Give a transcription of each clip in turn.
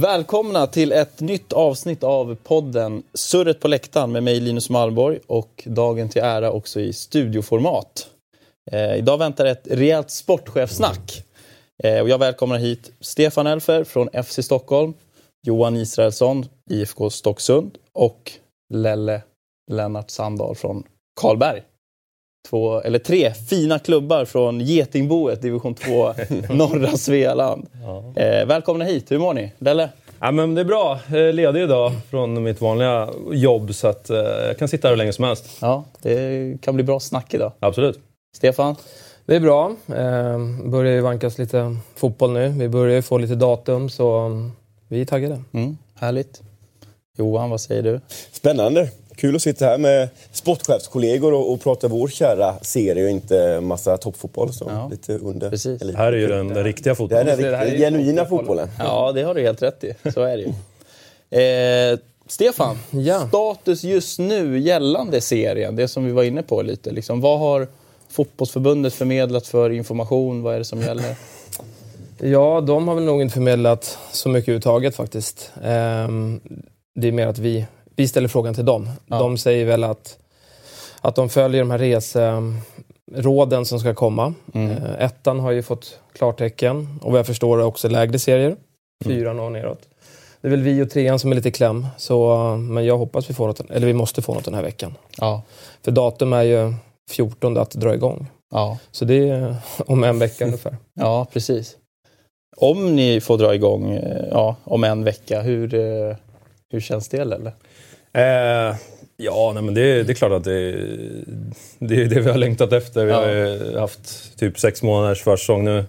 Välkomna till ett nytt avsnitt av podden Surret på läktaren med mig Linus Malmborg och dagen till ära också i studioformat. Idag väntar ett rejält sportchefsnack och jag välkomnar hit Stefan Elfer från FC Stockholm, Johan Israelsson, IFK Stocksund och Lennart Sandahl från Karlberg. Tre fina klubbar från Getingboet, division 2, norra Svealand. Ja. Välkomna hit, hur mår ni? Lelle? Ja, men det är bra, jag är ledig idag från mitt vanliga jobb så att jag kan sitta här hur länge som helst. Ja, det kan bli bra snack idag. Absolut. Stefan? Det är bra, börjar ju vankas lite fotboll nu. Vi börjar ju få lite datum så vi är taggade. Härligt. Johan, vad säger du? Spännande. Kul att sitta här med sportchefskollegor och prata vår kära serie och inte massa toppfotboll. Så lite under. Precis. Här är ju den riktiga fotbollen. Det är den genuina fotbollen. Ja, det har du helt rätt i. Så är det ju. Stefan, status just nu gällande serien, det som vi var inne på lite. Liksom, vad har fotbollsförbundet förmedlat för information? Vad är det som gäller? Ja, de har väl nog inte förmedlat så mycket uttaget faktiskt. Det är mer att vi ställer frågan till dem. Ja. De säger väl att de följer de här reseråden som ska komma. Ettan har ju fått klartecken. Och vad jag förstår är också lägre serier. 4 och neråt. Det är väl vi och 3 som är lite kläm. Så, men jag hoppas vi får något, eller vi måste få något den här veckan. Ja. För datum är ju 14 att dra igång. Ja. Så det är om en vecka ungefär. Ja, precis. Om ni får dra igång om en vecka, hur känns det, eller? Men det är klart att det är det vi har längtat efter. Vi har ju haft typ 6 månaders försäsong nu.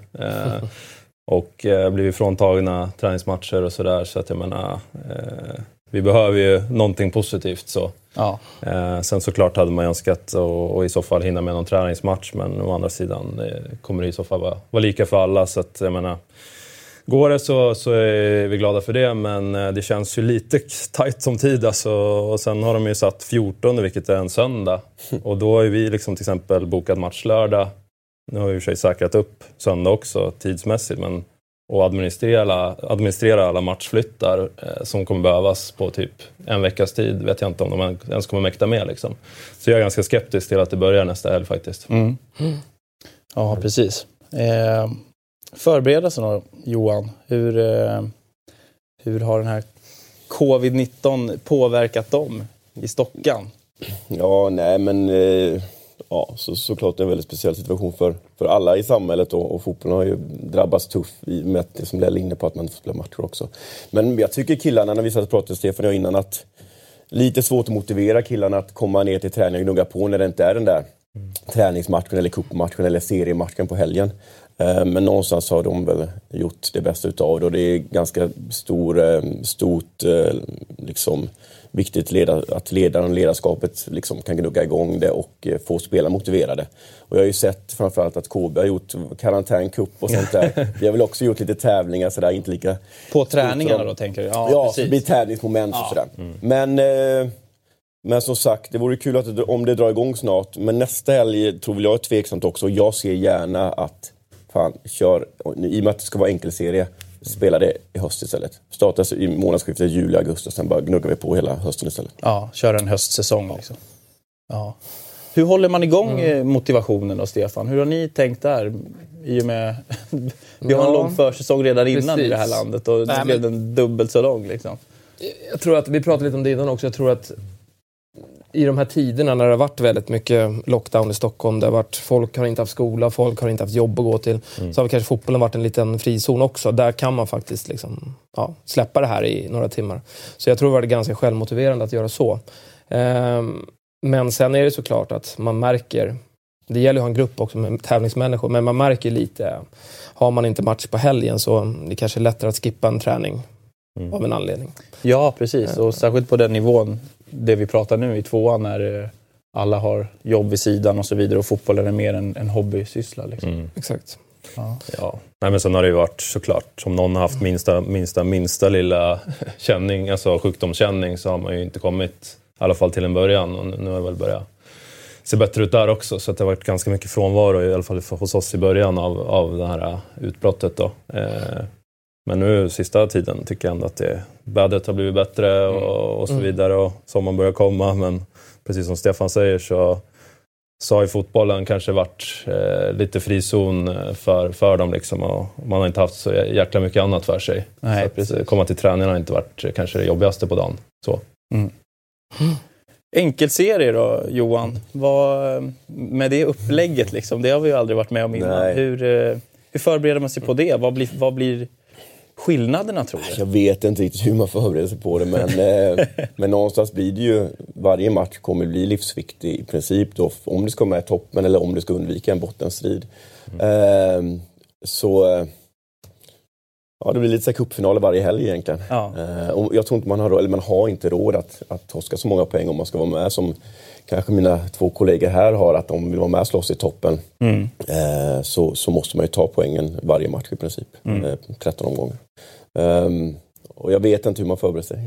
Och blivit fråntagna träningsmatcher och sådär. Så att jag menar, vi behöver ju någonting positivt så. Ja. Sen såklart hade man önskat och i så fall hinna med någon träningsmatch. Men å andra sidan kommer det i så fall vara lika för alla. Så att jag menar, går det så är vi glada för det, men det känns ju lite tajt som tid alltså. Och sen har de ju satt 14, vilket är en söndag. Och då har vi liksom till exempel bokat match lördag. Nu har vi i och för sig säkrat upp söndag också tidsmässigt, men och administrera alla matchflyttar som kommer behövas på typ en veckas tid vet jag inte om de ens kommer mäkta med liksom. Så jag är ganska skeptisk till att det börjar nästa helg faktiskt. Ja, precis. Förberedelsen då, Johan, hur har den här covid-19 påverkat dem i Stockan? Ja, nej men såklart en väldigt speciell situation för alla i samhället och fotbollen har ju drabbats tuff i och med att det som Lelle inne på att man inte får spela matcher också. Men jag tycker killarna, när vi satt och pratade Stefan och jag innan, att lite svårt att motivera killarna att komma ner till träning och gnugga på när det inte är den där träningsmatchen eller cupmatchen eller seriematchen på helgen. Men någonstans har de väl gjort det bästa utav det och det är ganska stort liksom viktigt att ledaren och ledarskapet liksom kan gnugga igång det och få spela motiverade. Och jag har ju sett framförallt att KB har gjort karantänkupp och sånt där. Vi har väl också gjort lite tävlingar sådär, inte lika på träningarna då tänker du? Ja, det blir tävlingsmoment och sådär. Men som sagt, det vore kul att om det drar igång snart. Men nästa helg tror jag är tveksamt också. Jag ser gärna att kör, i och med att det ska vara enkelserie, spela det i höst istället. Startas i månadsskiftet juli-augusti och sen bara gnuggar vi på hela hösten istället. Ja, köra en höstsäsong liksom. Ja. Hur håller man igång motivationen då, Stefan? Hur har ni tänkt där? I och med vi har en lång försäsong redan innan i det här landet och det blev den dubbelt så lång liksom. Jag tror att, vi pratade lite om det innan också, jag tror att i de här tiderna när det har varit väldigt mycket lockdown i Stockholm, det har varit, folk har inte haft skola, folk har inte haft jobb att gå till, så har kanske fotbollen varit en liten frizon också. Där kan man faktiskt liksom, släppa det här i några timmar. Så jag tror det var ganska självmotiverande att göra så. Men sen är det såklart att man märker, det gäller att ha en grupp också med tävlingsmänniskor, men man märker lite, har man inte match på helgen så det kanske är lättare att skippa en träning av en anledning. Ja, precis. Och särskilt på den nivån, det vi pratar nu i 2:an när alla har jobb vid sidan och så vidare och fotbollen är mer en hobbysyssla. Liksom. Exakt. Ja. Nej, men sen har det ju varit såklart, om någon har haft minsta lilla känning, alltså sjukdomskänning, så har man ju inte kommit i alla fall till en början och nu har det väl börjat se bättre ut där också, så att det har varit ganska mycket frånvaro i alla fall hos oss i början av det här utbrottet då. Men nu sista tiden tycker jag ändå att vädret har blivit bättre och så vidare. Och sommaren börjar komma. Men precis som Stefan säger så har ju fotbollen kanske varit lite frizon för dem. Liksom, och man har inte haft så jäkla mycket annat för sig. Nej, så att komma till träningen har inte varit kanske det jobbigaste på dagen. Så. Enkelserie då, Johan. Med det upplägget, liksom, det har vi ju aldrig varit med om innan. Hur förbereder man sig på det? Vad blir skillnaderna, tror du? Jag vet inte riktigt hur man förbereder sig på det, men någonstans blir det ju, varje match kommer bli livsviktig i princip då, om det ska med i toppen eller om det ska undvika en bottenstrid. Det blir lite så cupfinaler varje helg egentligen. Ja. Och jag tror inte man har inte råd att torska så många poäng om man ska vara med, som kanske mina 2 kollegor här har, att de vill vara med och slåss i toppen. Så måste man ju ta poängen varje match i princip. 13 omgångar. Och jag vet inte hur man förbereder sig.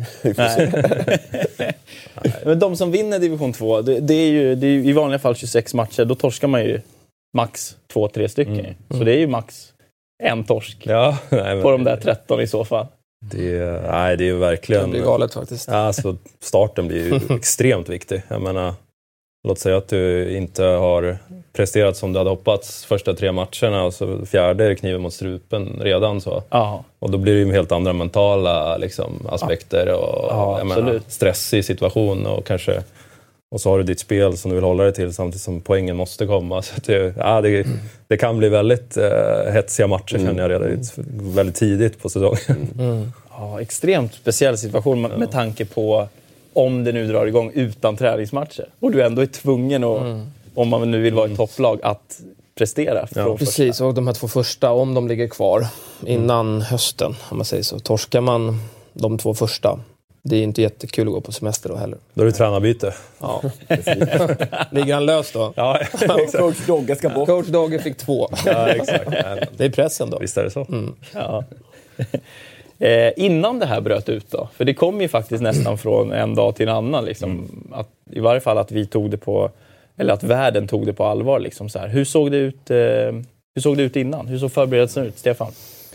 Men de som vinner division 2, det är ju i vanliga fall 26 matcher. Då torskar man ju max 2-3 stycken. Så det är ju max en torsk på de där 13 i så fall. Det är ju verkligen... Det blir galet faktiskt. Alltså, starten blir ju extremt viktig. Jag menar, låt säga att du inte har presterat som du hade hoppats första 3 matcherna och så 4:e är kniven mot strupen redan. Så. Och då blir det ju helt andra mentala aspekter och jag menar, stressig situation och så har du ditt spel som du vill hålla dig till samtidigt som poängen måste komma. Så det kan bli väldigt hetsiga matcher känner jag redan väldigt tidigt på säsongen. Ja, extremt speciell situation med tanke på om det nu drar igång utan träningsmatcher. Och du ändå är tvungen att, om man nu vill vara ett topplag, att prestera. Precis, och de här 2 första, om de ligger kvar innan hösten, om man säger så, torskar man de 2 första. Det är inte jättekul att gå på semester då heller. Då är det tränarbyte. Ja, ligger han lös då? Ja, Coach Dogge ska bort. Coach Dogge fick 2. Ja, exakt. Det är pressen då. Visst är det så. Ja. Innan det här bröt ut då, för det kom ju faktiskt nästan från en dag till en annan liksom, att, i varje fall att vi tog det på, eller att världen tog det på allvar liksom, så här. Hur såg det ut innan? Hur såg förberedelsen ut, Stefan?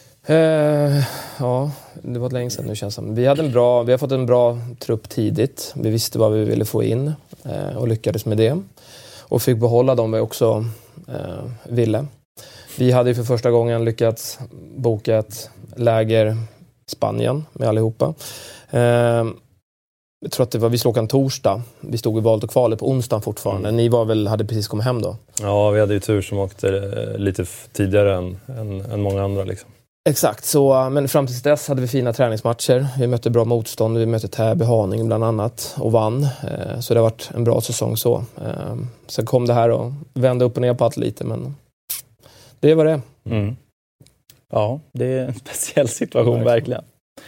Ja, det var länge sedan nu känns det som. Vi har fått en bra trupp tidigt. Vi visste vad vi ville få in och lyckades med det. Och fick behålla dem vi också ville. Vi hade ju för första gången lyckats boka ett läger i Spanien med allihopa. Jag tror att vi slog en torsdag. Vi stod i valet och kvalet på onsdagen fortfarande. Ni hade precis kommit hem då. Ja, vi hade ju tur som åkte lite tidigare än många andra liksom. Exakt, så, men fram till dess hade vi fina träningsmatcher. Vi mötte bra motstånd, vi mötte Täby, Haninge bland annat och vann. Så det har varit en bra säsong så. Sen kom det här och vände upp och ner på allt lite, men det var det. Ja, det är en speciell situation verkligen.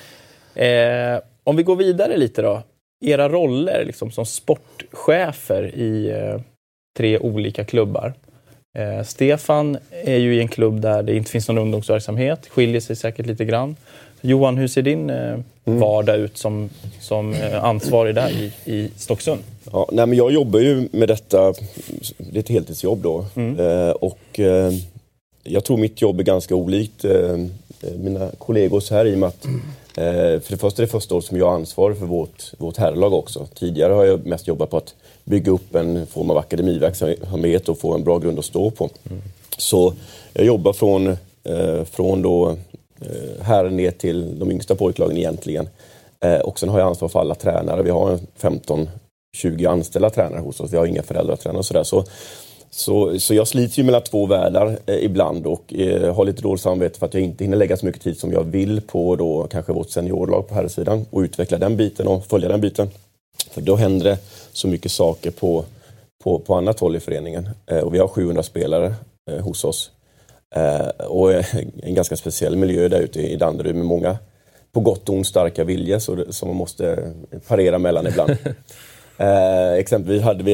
Om vi går vidare lite då. Era roller liksom, som sportchefer i 3 olika klubbar. Stefan är ju i en klubb där det inte finns någon ungdomsverksamhet. Skiljer sig säkert lite grann. Johan, hur ser din vardag ut som ansvarig där i Stocksund? Ja, men jag jobbar ju med detta, det är ett heltidsjobb då. Och jag tror mitt jobb är ganska olikt mina kollegors här, i och med att för det första året som jag är ansvarig för vårt herrlag också. Tidigare har jag mest jobbat på att bygga upp en form av akademiverksamhet och få en bra grund att stå på. Så jag jobbar från då här ner till de yngsta pojklagen egentligen. Och sen har jag ansvar för alla tränare. Vi har 15-20 anställda tränare hos oss. Vi har inga föräldratränare och sådär. Så jag slits ju mellan 2 världar ibland och har lite dåligt samvete för att jag inte hinner lägga så mycket tid som jag vill på då kanske vårt seniorlag på här sidan och utveckla den biten och följa den biten. För då händer det så mycket saker på annat håll i föreningen. Och vi har 700 spelare hos oss. Och en ganska speciell miljö där ute i Danderyd med många på gott och ont starka viljor som man måste parera mellan ibland. Exempelvis hade vi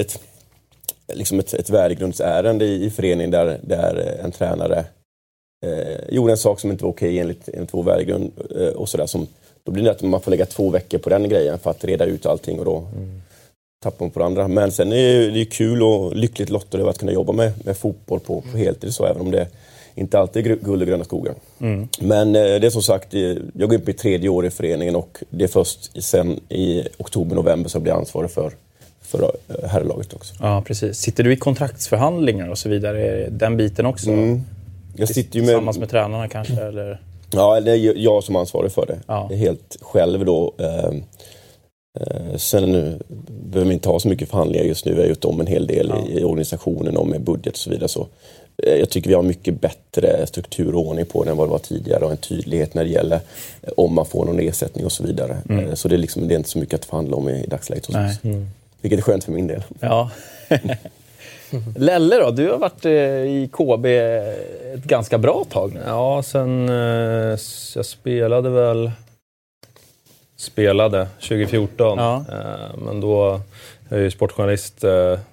ett värdegrundsärende i föreningen där en tränare gjorde en sak som inte var okej enligt vår värdegrund och sådär. Då blir det att man får lägga 2 veckor på den grejen för att reda ut allting och då tappar man på det andra. Men sen är det kul och lyckligt lottade att kunna jobba med fotboll på heltid så, även om det inte alltid guld och gröna skogar. Men det är som sagt, jag går in på 3:e år i föreningen och det är först sen i oktober-november så blir jag ansvarig för herrlaget också. Ja, precis. Sitter du i kontraktsförhandlingar och så vidare? Är den biten också? Jag sitter ju tillsammans med tränarna kanske? Eller? Ja, det är jag som är ansvarig för det. Ja. Det är helt själv då. Sen behöver vi inte ha så mycket förhandlingar just nu. Vi har gjort om en hel del i organisationen och med budget och så vidare. Så jag tycker vi har mycket bättre struktur och ordning på det än vad det var tidigare och en tydlighet när det gäller om man får någon ersättning och så vidare. Så det är inte så mycket att förhandla om i dagsläget. Vilket är skönt för min del. Ja. Lelle då, du har varit i KB ett ganska bra tag nu. Ja, sen jag spelade 2014. Ja. Men då är jag ju sportjournalist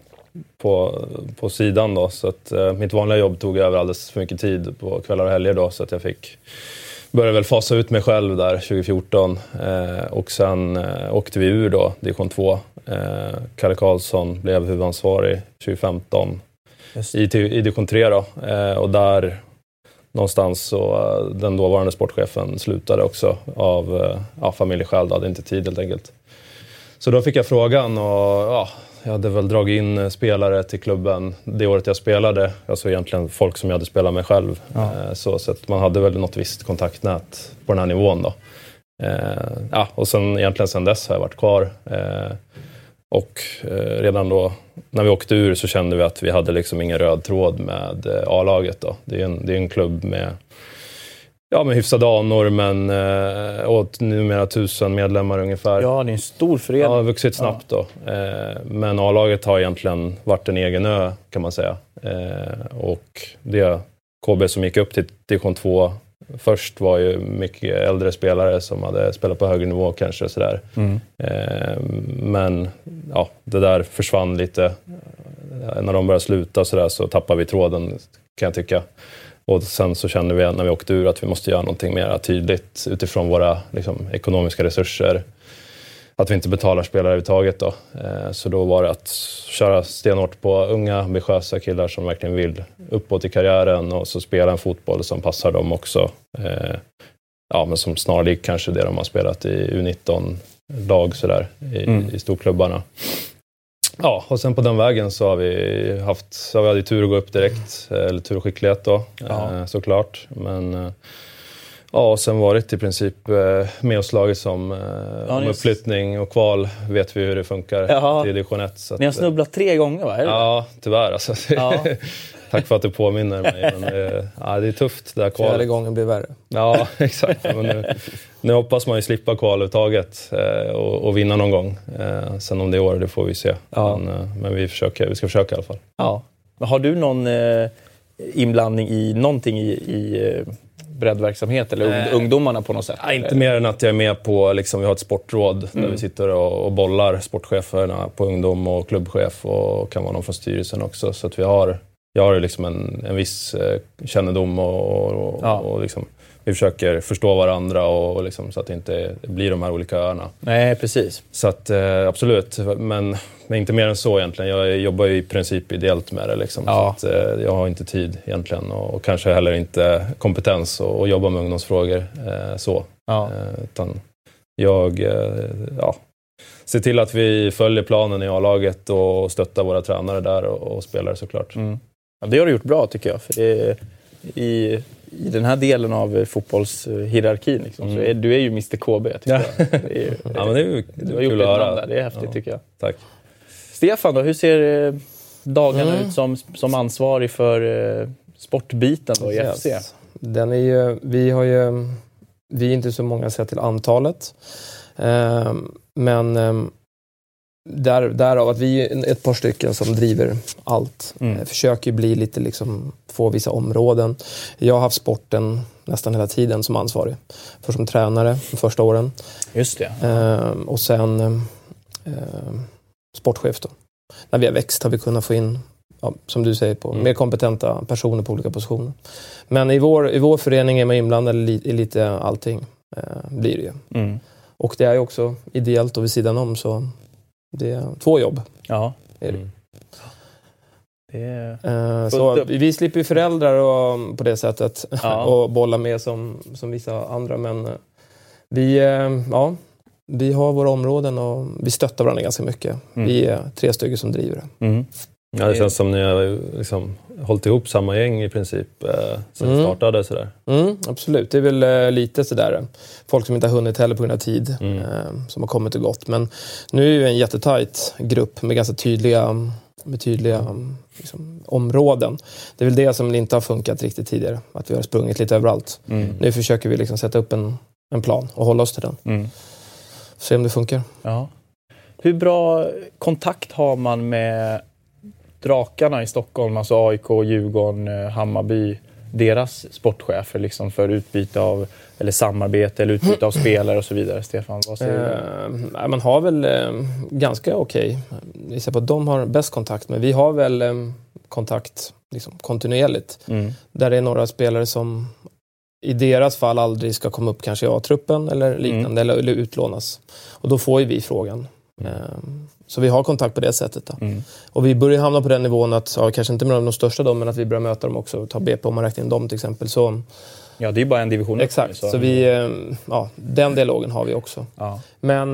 på sidan då. Så att mitt vanliga jobb tog över alldeles för mycket tid på kvällar och helger då. Så att jag fick började väl fasa ut mig själv där 2014. Och sen åkte vi ur då, division 2. Kalle Karlsson blev huvudansvarig 2015 i division 3 då. Och där någonstans så den dåvarande sportchefen slutade också av familjeskäl, hade inte tid helt enkelt. Så då fick jag frågan och jag hade väl dragit in spelare till klubben det året jag spelade. Alltså egentligen folk som jag hade spelat med själv. Så att man hade väl något visst kontaktnät på den här nivån då. Och sen egentligen sen dess har jag varit kvar. Och redan då när vi åkte ur så kände vi att vi hade liksom ingen röd tråd med A-laget då. Det är en klubb med hyfsade anor men åt numera 1000 medlemmar ungefär. Ja, det är en stor förening. Ja, vuxit snabbt då. Men A-laget har egentligen varit en egen ö kan man säga. Och det KB som gick upp till division 2 först var ju mycket äldre spelare som hade spelat på högre nivå kanske sådär. Men det där försvann lite. När de började sluta sådär så tappade vi tråden kan jag tycka. Och sen så kände vi när vi åkte ur att vi måste göra någonting mer tydligt utifrån våra ekonomiska resurser. Att vi inte betalar spelare överhuvudtaget då. Så då var det att köra stenhårt på unga, ambitiösa killar som verkligen vill uppåt i karriären och så spela en fotboll som passar dem också. Men som snarlikt kanske det de har spelat i U19-lag sådär i storklubbarna. Ja, och sen på den vägen så har vi hade tur att gå upp direkt, eller tur och skicklighet då, såklart. Men och sen varit i princip med oss laget som om uppflyttning och kval vet vi hur det funkar till division 1. Så ni har snubblat 3 gånger va? Ja, tyvärr alltså. Tack för att du påminner mig. Men det är tufft det här kvalet. 4:e gången blir värre. Ja, exakt. Men nu hoppas man ju slippa kvaluttaget och vinna någon gång. Sen om det är år, det får vi se. Men vi ska försöka i alla fall. Ja. Men har du någon inblandning i någonting i breddverksamhet eller ungdomarna på något sätt? Inte mer än att jag är med på, vi har ett sportråd där vi sitter och bollar sportcheferna på ungdom och klubbchef och kan vara någon från styrelsen också. Så att jag har en viss kännedom och vi försöker förstå varandra och så att det inte blir de här olika öarna. Nej, precis. Så att absolut, men inte mer än så egentligen. Jag jobbar ju i princip ideellt med det så att jag har inte tid egentligen och kanske heller inte kompetens att jobba med ungdomsfrågor utan jag ser till att vi följer planen i A-laget och stöttar våra tränare där och spelare såklart. Ja, det har du gjort bra tycker jag. För det i den här delen av fotbollshierarkin så du är ju Mr. KB tycker jag. Men det är ju kul att höra. Det är häftigt tycker jag. Tack. Stefan då, hur ser dagarna ut som ansvarig för sportbiten då i FC? Den är ju, vi är inte så många sett till antalet. Men därav att vi är ett par stycken som driver allt. Försöker bli lite få vissa områden. Jag har haft sporten nästan hela tiden som ansvarig. Först som tränare de första åren. Just det. Och sen sportchef då. När vi har växt har vi kunnat få in, som du säger, mer kompetenta personer på olika positioner. Men i vår förening är man inblandad i lite allting. Blir det ju. Och det är ju också ideellt och vid sidan om så det är 2 jobb. Ja. Är det. Så vi slipper ju föräldrar och, på det sättet och bolla med som vissa andra. Men vi har våra områden och vi stöttar varandra ganska mycket. Vi är 3 stycken som driver det. Ja, det känns som ni har liksom hållit ihop samma gäng i princip sen det startade sådär. Absolut, det är väl lite sådär folk som inte har hunnit heller på grund av tid som har kommit och gått. Men nu är vi en jättetajt grupp med ganska tydliga liksom, områden. Det är väl det som inte har funkat riktigt tidigare, att vi har sprungit lite överallt. Nu försöker vi liksom sätta upp en plan och hålla oss till den. Se om det funkar. Ja. Hur bra kontakt har man med drakarna i Stockholm, alltså AIK, Djurgården, Hammarby, deras sportchefer liksom för utbyte av, eller samarbete eller utbyte av spelare och så vidare? Stefan, vad säger du? Man har väl ganska okej. Vi ser på att de har bäst kontakt, men vi har väl kontakt liksom, kontinuerligt. Där det är några spelare som i deras fall aldrig ska komma upp kanske i A-truppen eller liknande eller utlånas. Och då får ju vi frågan. Så vi har kontakt på det sättet då. Och vi börjar hamna på den nivån att, kanske inte med de största då, men att vi börjar möta dem också och ta BP om man räknar in dem till exempel. Så, ja, det är bara en division. Exakt, så vi, den dialogen har vi också. Ja. Men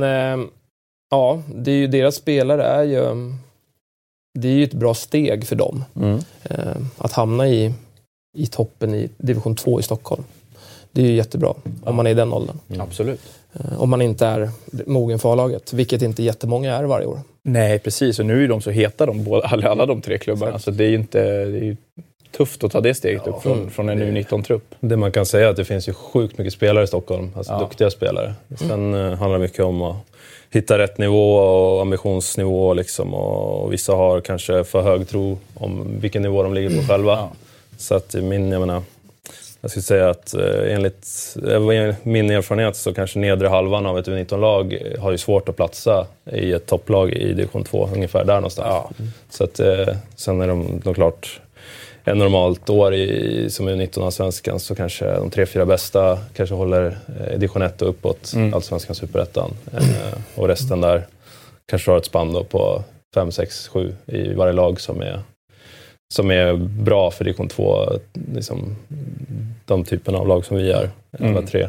det är ju, deras spelare det är ju ett bra steg för dem. Att hamna i toppen i division 2 i Stockholm. Det är ju jättebra om man är i den åldern. Absolut. Om man inte är mogen för A-laget, vilket inte jättemånga är varje år. Nej, precis. Och nu är de så heta, alla de 3 klubbarna. Så det är ju tufft att ta det steget upp från en U19-trupp. Det man kan säga är att det finns ju sjukt mycket spelare i Stockholm. Alltså duktiga spelare. Sen handlar det mycket om att hitta rätt nivå och ambitionsnivå. Liksom, och vissa har kanske för hög tro om vilken nivå de ligger på själva. Så att jag skulle säga att enligt min erfarenhet så kanske nedre halvan av ett U19-lag har ju svårt att platsa i ett topplag i division 2, ungefär där någonstans. Så att sen är de klart en normalt år som U19 av svenskan, så kanske de 3-4 bästa kanske håller division 1 och uppåt, allsvenskan, superettan. Och resten där kanske har ett spann då på 5, 6, 7 i varje lag som är bra för division 2, liksom, de typerna av lag som vi är, alla 3.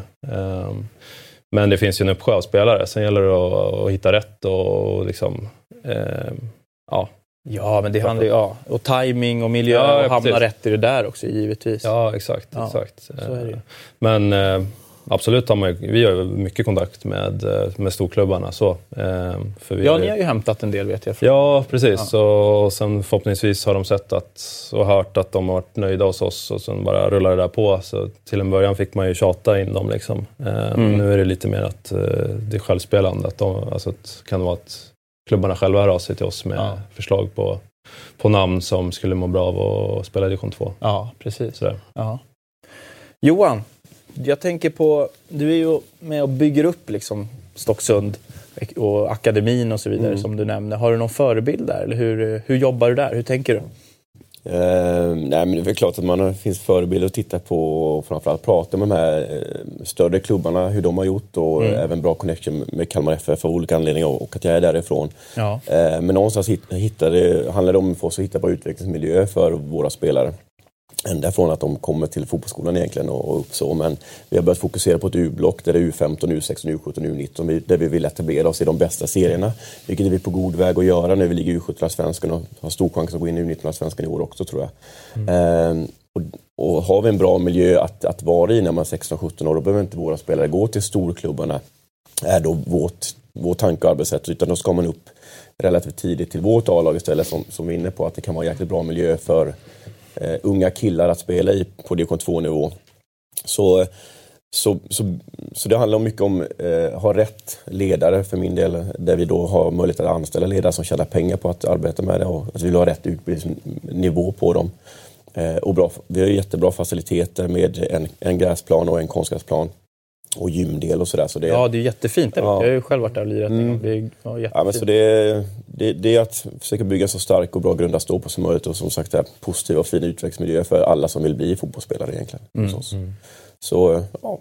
Men det finns ju en uppsjö av spelare. Sen gäller det att hitta rätt och liksom, Ja, men det handlar ju och timing och miljö och hamna rätt i det där också, givetvis. Ja, exakt. Så är det. Men absolut vi har mycket kontakt med storklubbarna. Så, för ni har ju hämtat en del, vet jag. Ja, precis. Och sen förhoppningsvis har de sett och hört att de har varit nöjda hos oss, och sen bara rullar det där på. Så till en början fick man ju tjata in dem. Liksom. Nu är det lite mer att det är självspelande. Att kan det vara att klubbarna själva hör av sig till oss med förslag på namn som skulle må bra av att spela i division 2. Ja, precis. Ja. Johan, jag tänker på, du är ju med och bygger upp liksom Stocksund och akademin och så vidare som du nämnde. Har du någon förebild där? Eller hur jobbar du där? Hur tänker du? Nej, men det är väl klart att det finns förebilder att titta på och framförallt prata med de här större klubbarna, hur de har gjort, och även bra connection med Kalmar FF av olika anledningar, och att jag är därifrån. Ja. Men någonstans handlar det om för oss att hitta bra utvecklingsmiljö för våra spelare. Ända från att de kommer till fotbollsskolan egentligen och upp så. Men vi har börjat fokusera på ett U-block där det är U15, U16, U17, U19. Där vi vill etablera oss i de bästa serierna. Vilket är vi på god väg att göra när vi ligger i U17-svenskan och har stor chans att gå in i U19-svenskan i år också, tror jag. Och har vi en bra miljö att vara i när man är 16-17 år, då behöver inte våra spelare gå till storklubbarna. Är då vår tanke och arbetssätt, utan då ska man upp relativt tidigt till vårt A-lag istället, som vi är inne på, att det kan vara en jäkligt bra miljö för unga killar att spela i på division 2-nivå. Så det handlar mycket om att ha rätt ledare för min del, där vi då har möjlighet att anställa ledare som tjänar pengar på att arbeta med det, och att vi vill ha rätt utbildningsnivå på dem. Och vi har jättebra faciliteter med en gräsplan och en konstgräsplan och gymdel och sådär. Så det är jättefint. Jag har ju själv varit där och lirat. Men så det är att försöka bygga så stark och bra grund att stå på som möjligt, och som sagt det här positiva och fina utvecklingsmiljö för alla som vill bli fotbollsspelare egentligen. Så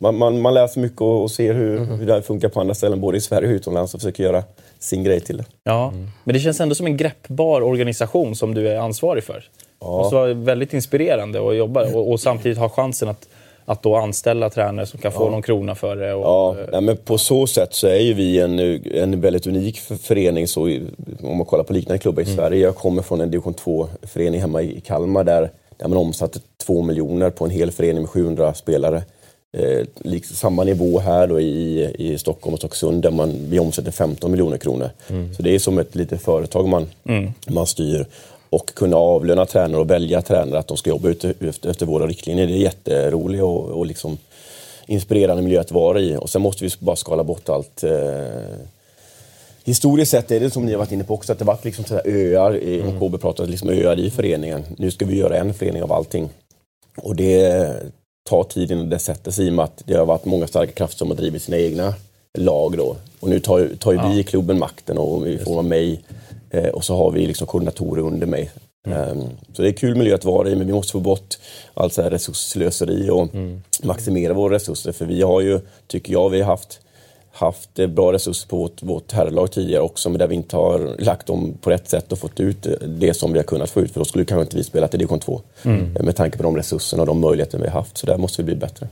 Man läser mycket och ser hur det funkar på andra ställen, både i Sverige och utomlands, och försöker göra sin grej till det. Ja, men det känns ändå som en greppbar organisation som du är ansvarig för. Ja. Det måste vara väldigt inspirerande att jobba och samtidigt ha chansen att då anställa tränare som kan få någon krona för det. Ja, men på så sätt så är ju vi en väldigt unik förening, så om man kollar på liknande klubbar i Sverige. Jag kommer från en division 2-förening hemma i Kalmar där man omsatte 2 miljoner på en hel förening med 700 spelare. Samma nivå här då i Stockholm och Stocksund där vi omsätter 15 miljoner kronor. Så det är som ett litet företag man styr. Och kunna avlöna tränare och välja tränare att de ska jobba efter våra riktlinjer. Det är jätteroligt och liksom inspirerande miljö att vara i. Och sen måste vi bara skala bort allt. Historiskt sett är det som ni har varit inne på också, att det varit liksom sådär öar. KB pratade liksom öar i föreningen. Nu ska vi göra en förening av allting. Och det tar tid innan det sätter sig, i och med att det har varit många starka krafter som har drivit sina egna lag då. Och nu tar ju vi i klubben makten och vi får vara med. Och så har vi liksom koordinatorer under mig. Så det är kul miljö att vara i, men vi måste få bort allt så här resursslöseri och maximera våra resurser. För vi har ju, tycker jag, vi har haft bra resurser på vårt herrlag tidigare också, men där vi inte har lagt dem på rätt sätt och fått ut det som vi har kunnat få ut. För då skulle kanske inte vi spela till division 2 med tanke på de resurserna och de möjligheter vi har haft. Så där måste vi bli bättre.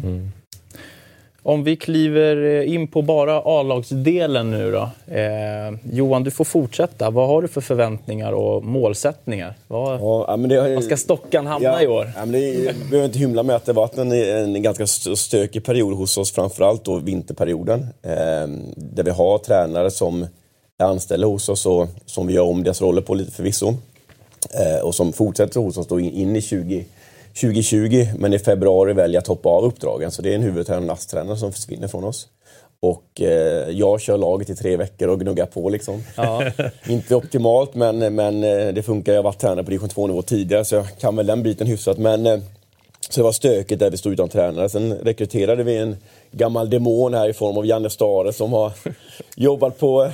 Om vi kliver in på bara A-lagsdelen nu då. Johan, du får fortsätta. Vad har du för förväntningar och målsättningar? Vad ska Stockan hamna i år? Ja, men jag behöver inte hymla med att det varit en ganska stökig period hos oss, framförallt då vinterperioden. Där vi har tränare som är anställda hos oss och som vi gör om deras roller på lite förvisso. Och som fortsätter hos oss då in i 2020, men i februari väljer att hoppa av uppdragen. Så det är en huvudtränare och nasttränare som försvinner från oss. Och jag kör laget i 3 veckor och gnuggar på liksom. Ja. Inte optimalt, men det funkar. Jag har varit tränare på division 2-nivå tidigare, så jag kan väl den biten hyfsat. Men så det var stökigt där vi stod utan tränare. Sen rekryterade vi en gammal demon här i form av Janne Stare som har jobbat på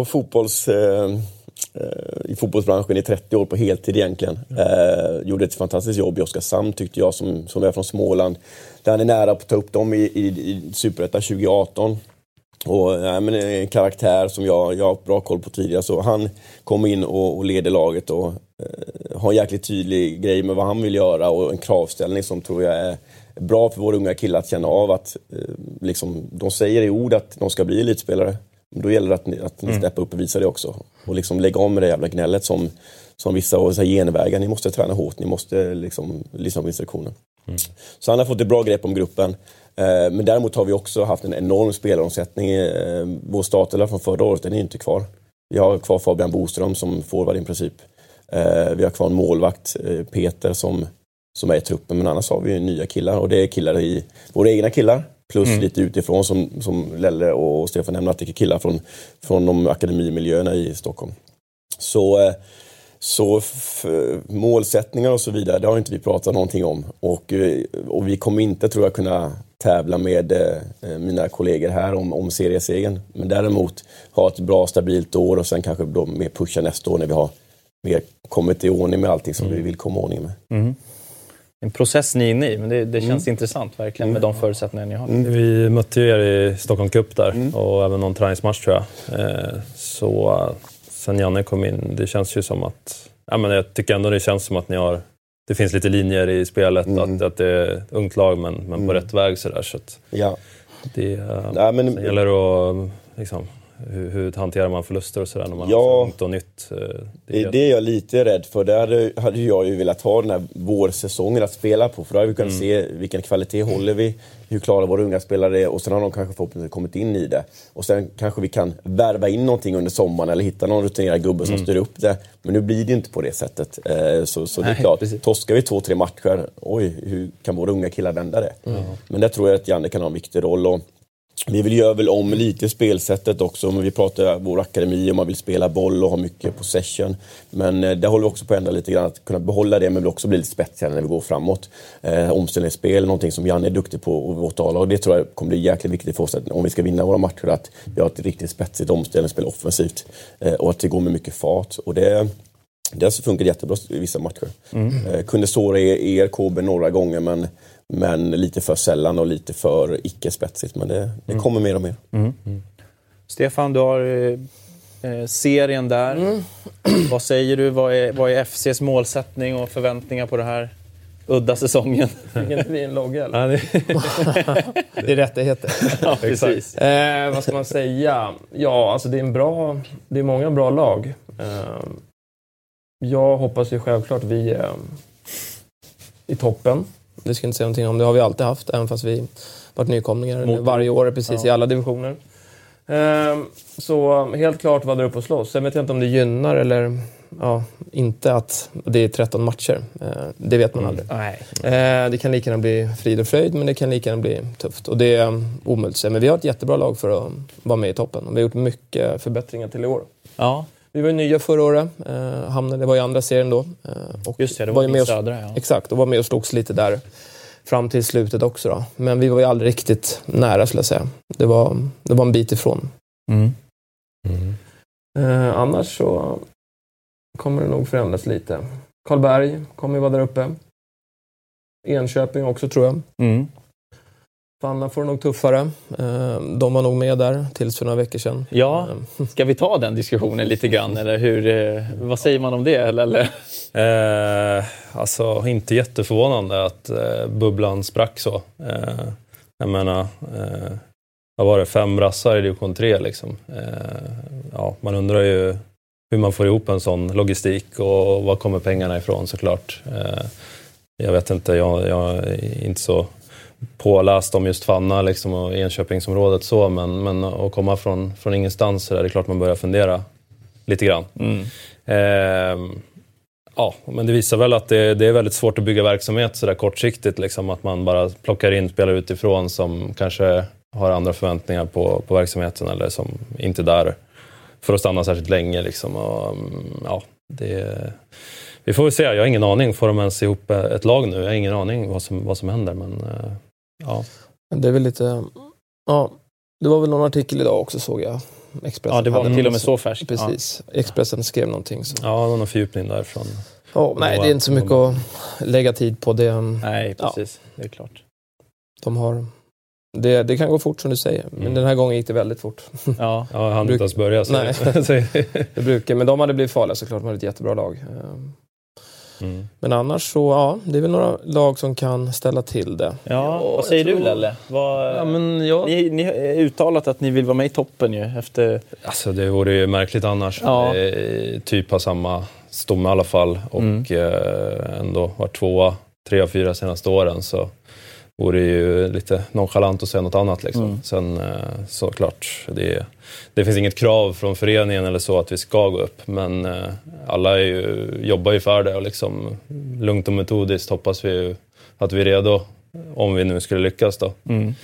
i fotbollsbranschen i 30 år på heltid egentligen. Gjorde ett fantastiskt jobb i Oskarshamn, tyckte jag, som är från Småland. Där han är nära på att ta upp dem i Superettan 2018. Och men en karaktär som jag har bra koll på tidigare. Så han kom in och leder laget och har en jäkligt tydlig grej med vad han vill göra och en kravställning som tror jag är bra för våra unga killar att känna av att liksom, de säger i ord att de ska bli elitspelare. Då gäller det att ni steppar upp och visar det också. Och liksom lägga om med det jävla gnället som vissa och genvägar. Ni måste träna hårt, ni måste liksom lyssna på instruktioner. Så han har fått ett bra grepp om gruppen. Men däremot har vi också haft en enorm spelaromsättning. Vår startelva från förra året, den är inte kvar. Vi har kvar Fabian Boström som forward i princip. Vi har kvar en målvakt, Peter, som är i truppen. Men annars har vi nya killar. Och det är killar våra egna killar. Plus lite utifrån som Lelle och Stefan nämnde, att det är killar från de akademimiljöerna i Stockholm. Så målsättningar och så vidare, det har inte vi pratat någonting om. Och vi kommer inte, tror jag, kunna tävla med mina kollegor här om seriesegen. Men däremot ha ett bra, stabilt år och sen kanske då mer pusha nästa år när vi har mer kommit i ordning med allting som vi vill komma i ordning med. En process ni är inne i, men det känns intressant verkligen med de förutsättningar ni har. Vi mötte ju er i Stockholm Cup där och även någon träningsmatch, tror jag. Så sen Janne kom in, det känns ju som att... Ja, men jag tycker ändå det känns som att det finns lite linjer i spelet, att det är ett ungt lag men på rätt väg sådär. Så att det sen gäller att liksom... Hur hanterar man förluster och sådär när man har ungt och nytt? Det är jag lite rädd för. Där hade jag ju velat ha den här vårsäsongen att spela på. För då har vi kunnat se vilken kvalitet håller vi, hur klara våra unga spelare är. Och sen har de kanske förhoppningsvis kommit in i det. Och sen kanske vi kan värva in någonting under sommaren eller hitta någon rutinerad gubbe som styr upp det. Men nu blir det inte på det sättet. Så det är klart, torskar vi 2-3 matcher, hur kan våra unga killar vända det? Men där tror jag att Janne kan ha en viktig roll. Och vi vill göra väl om lite spelsättet också, men vi pratar vår akademi och man vill spela boll och ha mycket possession. Men det håller vi också på att ändra lite grann, att kunna behålla det, men vill också bli lite spetsigare när vi går framåt. Omställningsspel, någonting som Janne är duktig på och vårt A-lag, det tror jag kommer bli jäkligt viktigt för oss om vi ska vinna våra matcher, att vi har ett riktigt spetsigt omställningsspel offensivt och att det går med mycket fart. Och det Det har funkat jättebra i vissa matcher. Kunde såra ERKB några gånger, men lite för sällan och lite för icke-spetsigt. Men det kommer mer och mer. Stefan, du har serien där. Vad säger du? Vad är FCs målsättning och förväntningar på det här udda säsongen? Fick inte vi en logga eller? Det är rättigheter. Ja, precis. Vad ska man säga? Ja, alltså det är många bra lag. Jag hoppas ju självklart vi är i toppen. Det ska jag inte säga någonting om. Det har vi alltid haft, även fast vi varit nykomlingar varje år precis i alla divisioner. Så helt klart var det upp och slåss. Sen vet jag inte om det gynnar eller inte att det är 13 matcher. Det vet man aldrig. Det kan lika gärna bli frid och fröjd, men det kan lika gärna bli tufft. Och det är omöjligt. Men vi har ett jättebra lag för att vara med i toppen. Vi har gjort mycket förbättringar till i år. Ja. Vi var ju nya förra året. Det var i andra serien då. Och just det var med oss, södra. Ja. Exakt, och var med och slogs lite där fram till slutet också då. Men vi var ju aldrig riktigt nära, skulle jag säga. Det var en bit ifrån. Annars så kommer det nog förändras lite. Karlberg kommer ju vara där uppe. Enköping också, tror jag. Fanna får det nog tuffare. De var nog med där tills för några veckor sedan. Ja, ska vi ta den diskussionen lite grann? Eller vad säger man om det? Eller? Alltså, inte jätteförvånande att bubblan sprack så. Jag menar, vad var det? 5 brassar i division 3 liksom. Man undrar ju hur man får ihop en sån logistik och var kommer pengarna ifrån, såklart. Jag vet inte, jag är inte så påläst om just Fanna liksom, och Enköpingsområdet så, men att komma från ingenstans så där, det är klart man börjar fundera lite grann. Men det visar väl att det är väldigt svårt att bygga verksamhet så där kortsiktigt liksom, att man bara plockar in spelare utifrån som kanske har andra förväntningar på verksamheten eller som inte är där för att stanna särskilt länge liksom. Och, vi får väl se, jag har ingen aning. Får de ens ihop ett lag nu? Jag har ingen aning vad som händer, men det är väl lite... Ja, det var väl någon artikel idag också, såg jag. Expressen. Ja, det var till och med så färskt. Precis. Ja. Expressen skrev någonting. Så. Ja, det var någon fördjupning därifrån. Nej, det är inte så mycket att lägga tid på det. Nej, precis. Det är klart. De har... Det kan gå fort som du säger. Men den här gången gick det väldigt fort. Ja, han inte ens börja. Nej. Det brukar, men de hade blivit farliga såklart. De hade ett jättebra lag. Men annars så, det är väl några lag som kan ställa till det. Ja, vad säger du, Lelle? Ni har uttalat att ni vill vara med i toppen ju efter... Alltså det vore ju märkligt annars. Typ har samma stomme i alla fall. Och ändå var 2, 3 av 4 senaste åren, så vore ju lite nonchalant att säga något annat liksom. Sen såklart, det finns inget krav från föreningen eller så att vi ska gå upp, men alla jobbar ju för det och liksom lugnt och metodiskt hoppas vi att vi är redo om vi nu skulle lyckas då.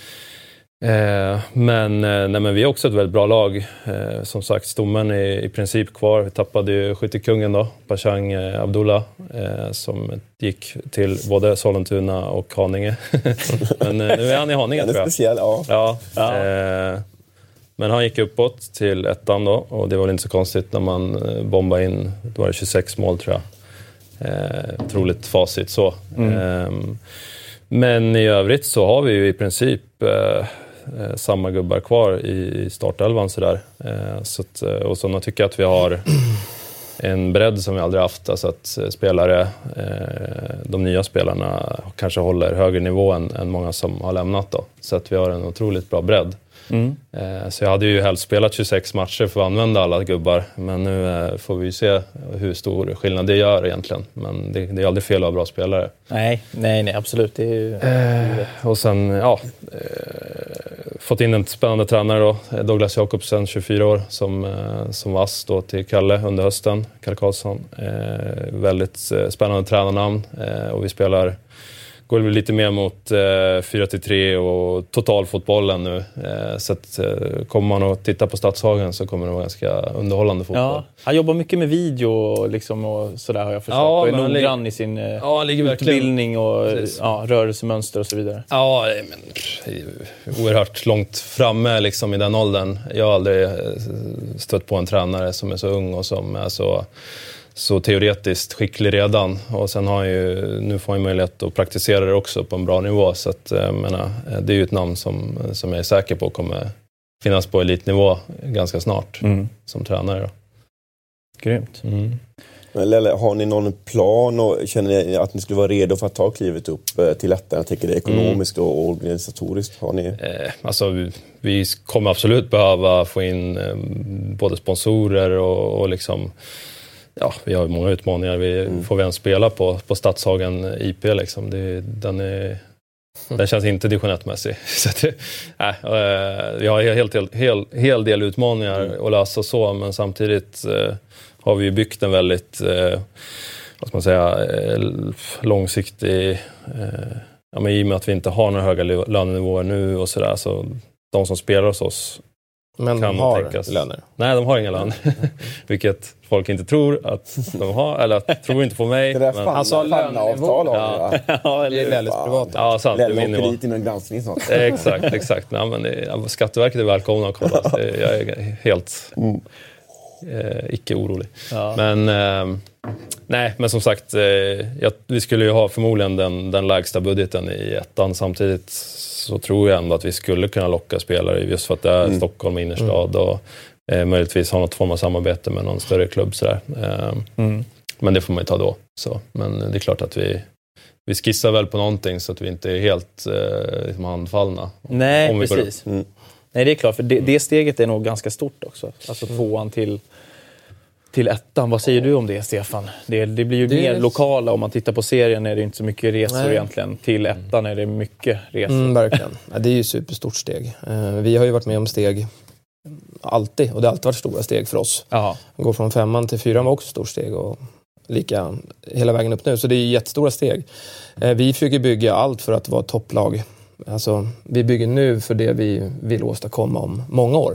Men vi är också ett väldigt bra lag. Som sagt, stommen är i princip kvar. Vi tappade ju skyttekungen då, Pashang Abdullah, som gick till både Sollentuna och Haninge. Men nu är han i Haninge, tror jag. Speciell, ja. Men han gick uppåt till 1:an då, och det var väl inte så konstigt när man bombade in, då var det 26 mål tror jag. Otroligt facit så. Men i övrigt så har vi ju i princip samma gubbar kvar i startelvan sådär. Och så tycker jag att vi har en bredd som vi aldrig haft. Alltså att de nya spelarna kanske håller högre nivå än många som har lämnat då. Så att vi har en otroligt bra bredd. Så jag hade ju helst spelat 26 matcher för att använda alla gubbar. Men nu får vi ju se hur stor skillnad det gör egentligen. Men det är aldrig fel att ha bra spelare. Nej, absolut. Det är ju... Och sen, fått in en spännande tränare då. Douglas Jakobsen, 24 år, som vass då till Kalle under hösten. Kalle Karlsson. Väldigt spännande tränarnamn. Och vi går väl lite mer mot 4-3 och totalfotbollen nu. Så att kommer man att titta på Stadshagen så kommer det vara ganska underhållande fotboll. Ja, han jobbar mycket med video liksom, och sådär har jag förstått. Och är noggrann i sin utbildning och rörelsemönster och så vidare. Ja, men oerhört långt framme liksom, i den åldern. Jag har aldrig stött på en tränare som är så ung och som är så så teoretiskt skicklig redan. Och sen har nu får han möjlighet att praktisera det också på en bra nivå. Så att, det är ju ett namn som jag är säker på kommer finnas på elitnivå ganska snart som tränare. Då. Grymt. Eller har ni någon plan och känner ni att ni skulle vara redo för att ta klivet upp till Ettan? Jag tänker det ekonomiskt och organisatoriskt. Har ni? Alltså, vi kommer absolut behöva få in både sponsorer och liksom, ja, vi har många utmaningar. Får vi ens spela på Stadshagen IP liksom. Den känns inte division 1-mässig. Så vi har en hel del utmaningar att lösa så, men samtidigt har vi ju byggt en väldigt vad ska man säga, långsiktig men i och med att vi inte har några höga lönenivåer nu och sådär, så de som spelar hos oss men kan har tänkas löner. Nej, de har inga löner. Vilket folk inte tror att de har, eller tror inte på mig. Det där fanavtal det är väldigt privat. Ja, sant. Det är min nivå. dit inom granskning snart. Exakt. Nej, men Skatteverket är välkomna att kolla. Jag är helt icke orolig. Ja. Men som sagt, vi skulle ju ha förmodligen den lägsta budgeten i Ettan. Samtidigt så tror jag ändå att vi skulle kunna locka spelare just för att det är Stockholm innerstad och möjligtvis ha något form av samarbete med någon större klubb sådär. Men det får man ju ta då. Så. Men det är klart att vi skissar väl på någonting så att vi inte är helt liksom handfallna. Nej, precis. Nej, det är klart, för det steget är nog ganska stort också. Alltså 2:an till 1:an. Vad säger du om det, Stefan? Det blir ju mer lokala. Om man tittar på serien är det inte så mycket resor egentligen. Till 1:an är det mycket resor. Verkligen. Ja, det är ju ett superstort steg. Vi har ju varit med om steg alltid. Och det har alltid varit stora steg för oss. Att gå från 5:an till 4:an var också ett stort steg. Och lika hela vägen upp nu. Så det är jättestora steg. Vi försöker bygga allt för att vara topplag. Alltså, vi bygger nu för det vi vill åstadkomma om många år.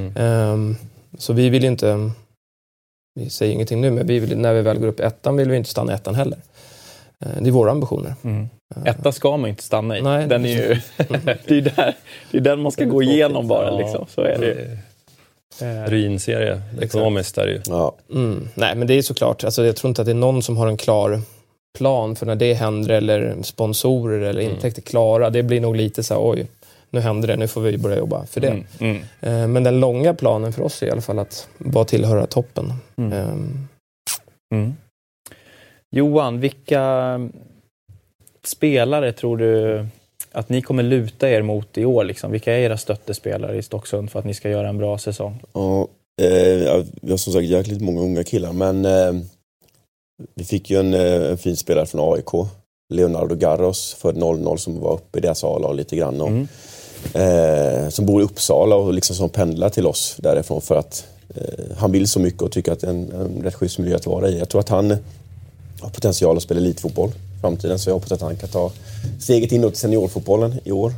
Så vi vill inte, vi säger ingenting nu, men vi vill, när vi väl går upp 1:an vill vi inte stanna 1:an heller. Det är våra ambitioner. 1:an ska man inte stanna i. Nej, den är ju, det är den man ska gå igenom bara. Liksom. Så är det. Ruinserie, ekonomiskt är det ju. Nej, men det är såklart. Alltså, jag tror inte att det är någon som har en klar plan för när det händer, eller sponsorer eller intäkter klara. Det blir nog lite så här, oj, nu händer det, nu får vi börja jobba för det. Men den långa planen för oss är i alla fall att bara tillhöra toppen. Johan, vilka spelare tror du att ni kommer luta er mot i år? Liksom? Vilka är era stöttespelare i Stocksund för att ni ska göra en bra säsong? Ja, vi har som sagt jäkligt många unga killar, men vi fick ju en fin spelare från AIK, Leonardo Garros, för 00 som var uppe i deras A-lag lite grann. Och, som bor i Uppsala och liksom som pendlar till oss därifrån för att han vill så mycket och tycker att det är en rätt schysst miljö att vara i. Jag tror att han har potential att spela elitfotboll i framtiden, så jag hoppas att han kan ta steget inåt till seniorfotbollen i år.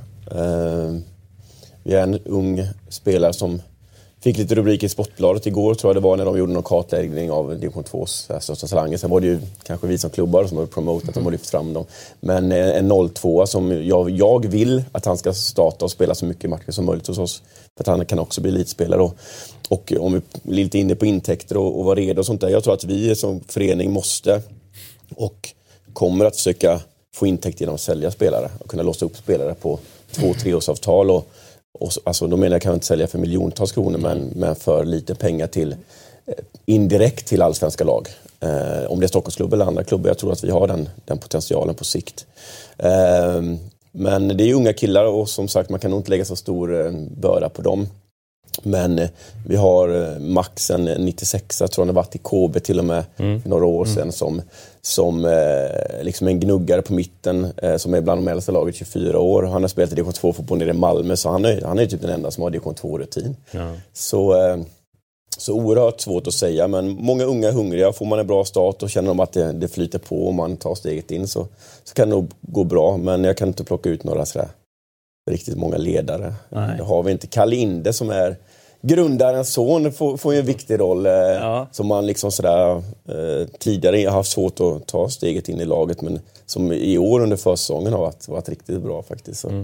Vi är en ung spelare som fick lite rubriker i Sportbladet igår, tror jag det var, när de gjorde någon kartläggning av division 2s största talanger. Sen var det ju kanske vi som klubbar som har promotat dem och lyft fram dem. Men en 0-2 som jag vill att han ska starta och spela så mycket matcher som möjligt hos oss. För att han kan också bli elitspelare. Och om vi är lite inne på intäkter och vara redo och sånt där. Jag tror att vi som förening måste och kommer att försöka få intäkt genom att sälja spelare. Och kunna låsa upp spelare på 2-3-årsavtal och alltså, då menar jag kan inte sälja för miljontals kronor, men för lite pengar till indirekt till allsvenska lag. Om det är Stockholmsklubb eller andra klubbar, jag tror att vi har den potentialen på sikt. Men det är unga killar och som sagt, man kan nog inte lägga så stor börda på dem. Men vi har Max, en 96, jag tror han har varit i KB till och med för några år sedan, som liksom en gnuggare på mitten, som är bland de äldsta laget, 24 år. Han har spelat i division 2-fotboll nere i Malmö, så han är typ den enda som har division 2-rutin. Ja. Så oerhört svårt att säga, men många unga är hungriga. Får man en bra start och känner de att det flyter på och man tar steget in, så kan det nog gå bra. Men jag kan inte plocka ut några sådär riktigt många ledare. Nej. Det har vi inte. Kalle Inde som är grundarens son får ju en viktig roll. Som man liksom sådär tidigare har haft svårt att ta steget in i laget, men som i år under försäsongen har varit riktigt bra faktiskt.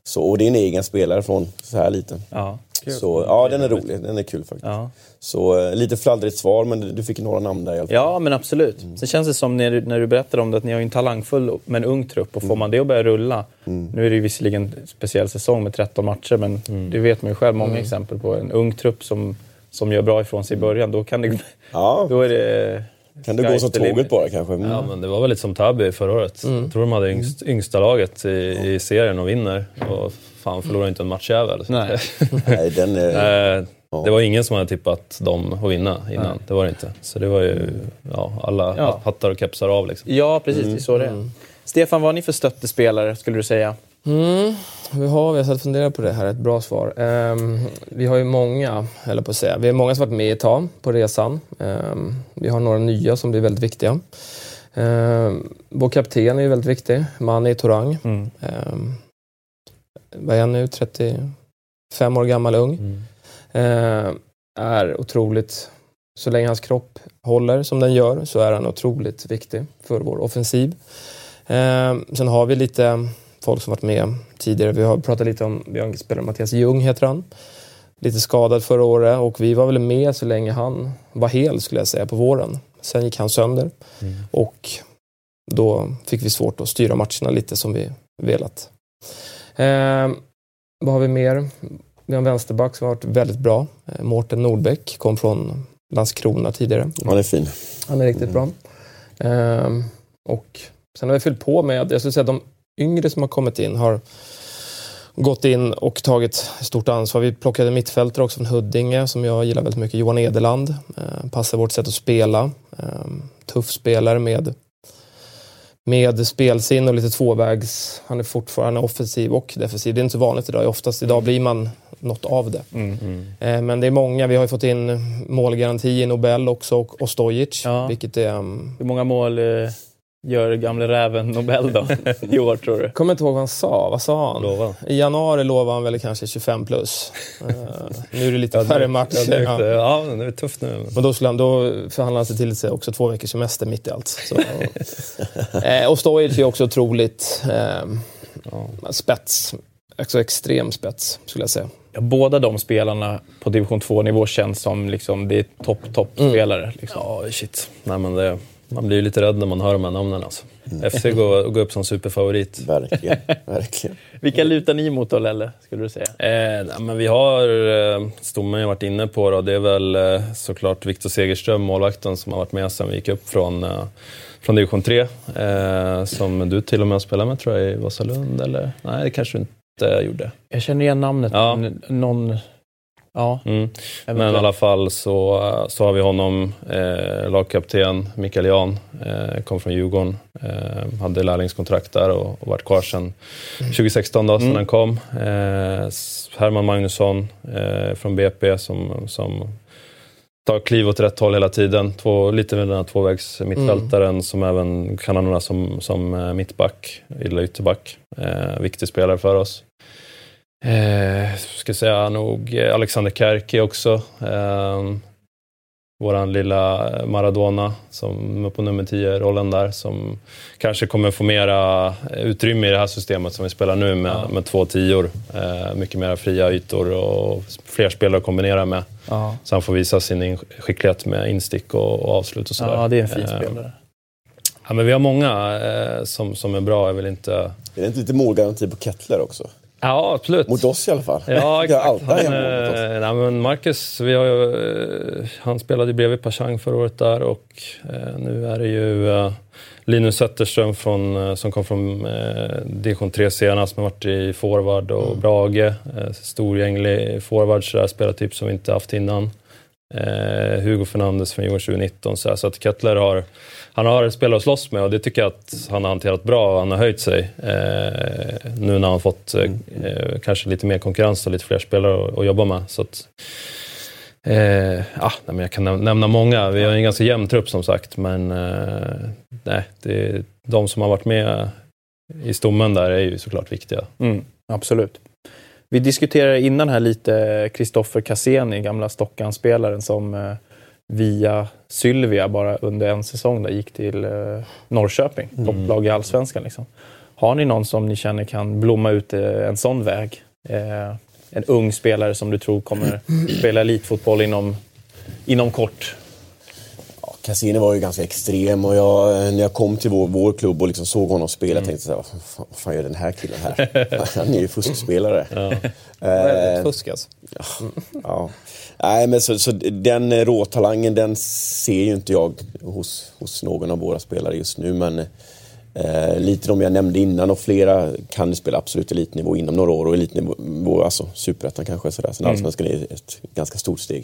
Så, och det är en egen spelare från så här liten. Ja, kul. Så ja, den är rolig. Den är kul faktiskt. Ja. Så lite fladdrigt svar, men du fick några namn där i alla fall. Ja, men absolut. Sen känns det som när du berättar om det att ni har en talangfull men ung trupp och får man det att börja rulla. Nu är det ju visserligen en speciell säsong med 13 matcher, men det vet man ju själv många exempel på. En ung trupp som gör bra ifrån sig i början, då kan det... Ja. Då är det... Kan du gå som tåget bara kanske? Ja, men det var väl lite som Täby förra året. Jag tror de hade yngsta laget i serien och vinner. Och fan, förlorar inte en matchjävel. Nej. Nej, den är... Det var ingen som hade tippat dem att vinna innan. Nej. Det var det inte. Så det var ju alla hattar och kepsar av liksom. Ja, precis. Det är så det är. Stefan, vad har ni för stöttespelare, skulle du säga? Vi har satt fundera på det här, ett bra svar. Vi har ju många, eller på att säga, vi har många som varit med ett tag på resan. Vi har några nya som blir väldigt viktiga. Vår kapten är ju väldigt viktig, Mani Torang. Vad är han nu? 35 år gammal, ung. Är otroligt, så länge hans kropp håller som den gör, så är han otroligt viktig för vår offensiv. Sen har vi lite folk som varit med tidigare. Vi har pratat lite om, vi har en spelare, Mattias Ljung heter han. Lite skadad förra året, och vi var väl med så länge han var hel, skulle jag säga, på våren. Sen gick han sönder och då fick vi svårt att styra matcherna lite som vi velat. Vad har vi mer? Vi har en vänsterback som har varit väldigt bra. Mårten Nordbäck kom från Landskrona tidigare. Han är fin. Han är riktigt bra. Och sen har vi fyllt på med, jag skulle säga, de yngre som har kommit in har gått in och tagit stort ansvar. Vi plockade mittfältare också från Huddinge som jag gillar väldigt mycket. Johan Ederland. Passar vårt sätt att spela. Tuff spelare med spelsin och lite tvåvägs. Han är fortfarande offensiv och defensiv. Det är inte så vanligt idag. Oftast idag blir man något av det. Men det är många. Vi har ju fått in målgaranti i Nobel också och Stojic. Ja. Vilket är... Hur många mål gör gamle räven Nobel då i år, tror du? Kommer inte ihåg vad han sa. Vad sa han? Lova. I januari lovade han väl kanske 25 plus. Nu är det lite färre matcher. Ja, det är tufft nu. Och då förhandlade han sig till sig också 2 veckors semester mitt i allt. Så, och Stojic är också otroligt spets. Alltså extrem spets, skulle jag säga. Ja, båda de spelarna på division 2-nivå känns som liksom, det är topp-spelare. Liksom. Ja, shit. Nej, men man blir ju lite rädd när man hör de här namnen. Alltså. FC går upp som superfavorit. Verkligen. Vilka lutar ni mot då, Lelle, skulle du säga? Men vi har, Stommen har varit inne på då, det är väl såklart Viktor Segerström, målvakten, som har varit med sedan vi gick upp från division 3. Som du till och med spelar med, tror jag, i Vasalund, eller? Nej, det kanske du inte gjorde. Jag känner igen namnet. Ja. Någon... Ja. Men i alla fall så har vi honom, lagkapten Mikael Jan, kom från Djurgården, hade lärlingskontrakt där och varit kvar sedan 2016 då, sedan han kom. Herman Magnusson från BP som tar kliv åt rätt håll hela tiden. Lite med den här tvåvägs mittfältaren som även kan använda som mittback eller ytterback. Viktig spelare för oss. Ska säga nog Alexander Kärki också. Våran lilla Maradona som är på nummer 10-rollen där, som kanske kommer få mera utrymme i det här systemet som vi spelar nu med 2 10-or. Mycket mer fria ytor och fler spelare att kombinera med. Ja. Så han får visa sin skicklighet med instick och avslut och sådär. Ja, det är en fin spelare. Ja, men vi har många som är bra. Jag vill inte... Är det inte lite målgaranti på Kettler också? Ja, absolut. Mot oss i alla fall. Ja, exakt. Nej, men Marcus, han spelade ju bredvid Pachang förra året där, och nu är det ju Linus Zetterström som kom från division 3 senast, som har varit i forward, och Brage, storgänglig forward, så där, spelar typ som vi inte haft innan. Hugo Fernandes från Djurgården 2019, så att Kettler han har spelat och slåss med, och det tycker jag att han har hanterat bra, och han har höjt sig nu när han fått kanske lite mer konkurrens och lite fler spelare att jobba med. Så att, men jag kan nämna många. Vi har en ganska jämn trupp som sagt, men det är de som har varit med i stommen där är ju såklart viktiga. Absolut. Vi diskuterade innan här lite Kristoffer Cassini, gamla Stockan-spelaren som via Sylvia bara under en säsong där gick till Norrköping, topplag i Allsvenskan liksom. Har ni någon som ni känner kan blomma ut en sån väg? En ung spelare som du tror kommer spela elitfotboll inom kort? Ja, Cassini var ju ganska extrem och när jag kom till vår klubb och liksom såg honom spela tänkte jag så här, vad fan gör den här killen här? Han är ju fuskspelare. Väldigt fusk alltså. Ja. Nej, men så den råtalangen, den ser ju inte jag hos någon av våra spelare just nu, men lite de jag nämnde innan och flera kan spela absolut elitnivå inom några år och elitnivå, alltså superettan kanske sådär. Sen allsvenskan är ett ganska stort steg.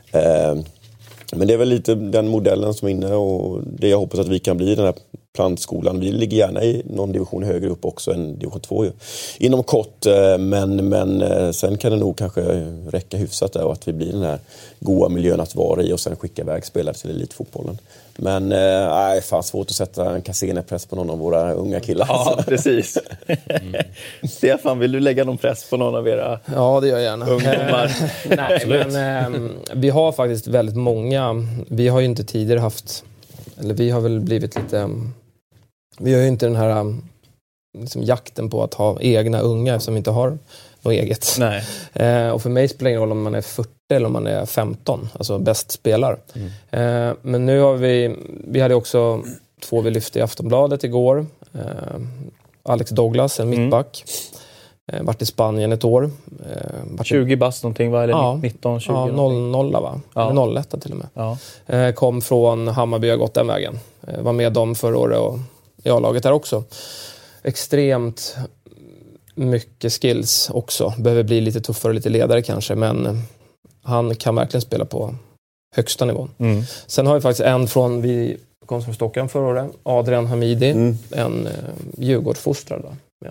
Men det är väl lite den modellen som är inne och det jag hoppas att vi kan bli den här plantskolan. Vi ligger gärna i någon division högre upp också än division 2 inom kort, men sen kan det nog kanske räcka hyfsat där och att vi blir den här goda miljön att vara i och sen skicka iväg spelare till elitfotbollen. Men fan svårt att sätta en Cassini-press på någon av våra unga killar. Ja, precis. Stefan, vill du lägga någon press på någon av era Ja, det gör jag gärna. ungdomar? Nej, men vi har faktiskt väldigt många. Vi har ju inte tidigare haft, eller vi har väl blivit lite, vi har ju inte den här liksom jakten på att ha egna unga som inte har något eget. Nej. Och för mig spelar det ingen roll om man är 40 eller om man är 15, alltså bäst spelar. Men nu har vi hade också 2 vi lyfte i Aftonbladet igår. Alex Douglas, en mittback. Vart i Spanien ett år. 20 bast någonting, va? Eller 19, 20? Ja, 00 va? Ja. Eller 01 till och med. Ja. Kom från Hammarby och gått den vägen. Var med dem förra året och i A-laget där också. Extremt mycket skills också. Behöver bli lite tuffare, lite ledare kanske. Men han kan verkligen spela på högsta nivån. Sen har vi faktiskt vi kom från Stockholm förra året. Adrian Hamidi. En Djurgårdsfostrad.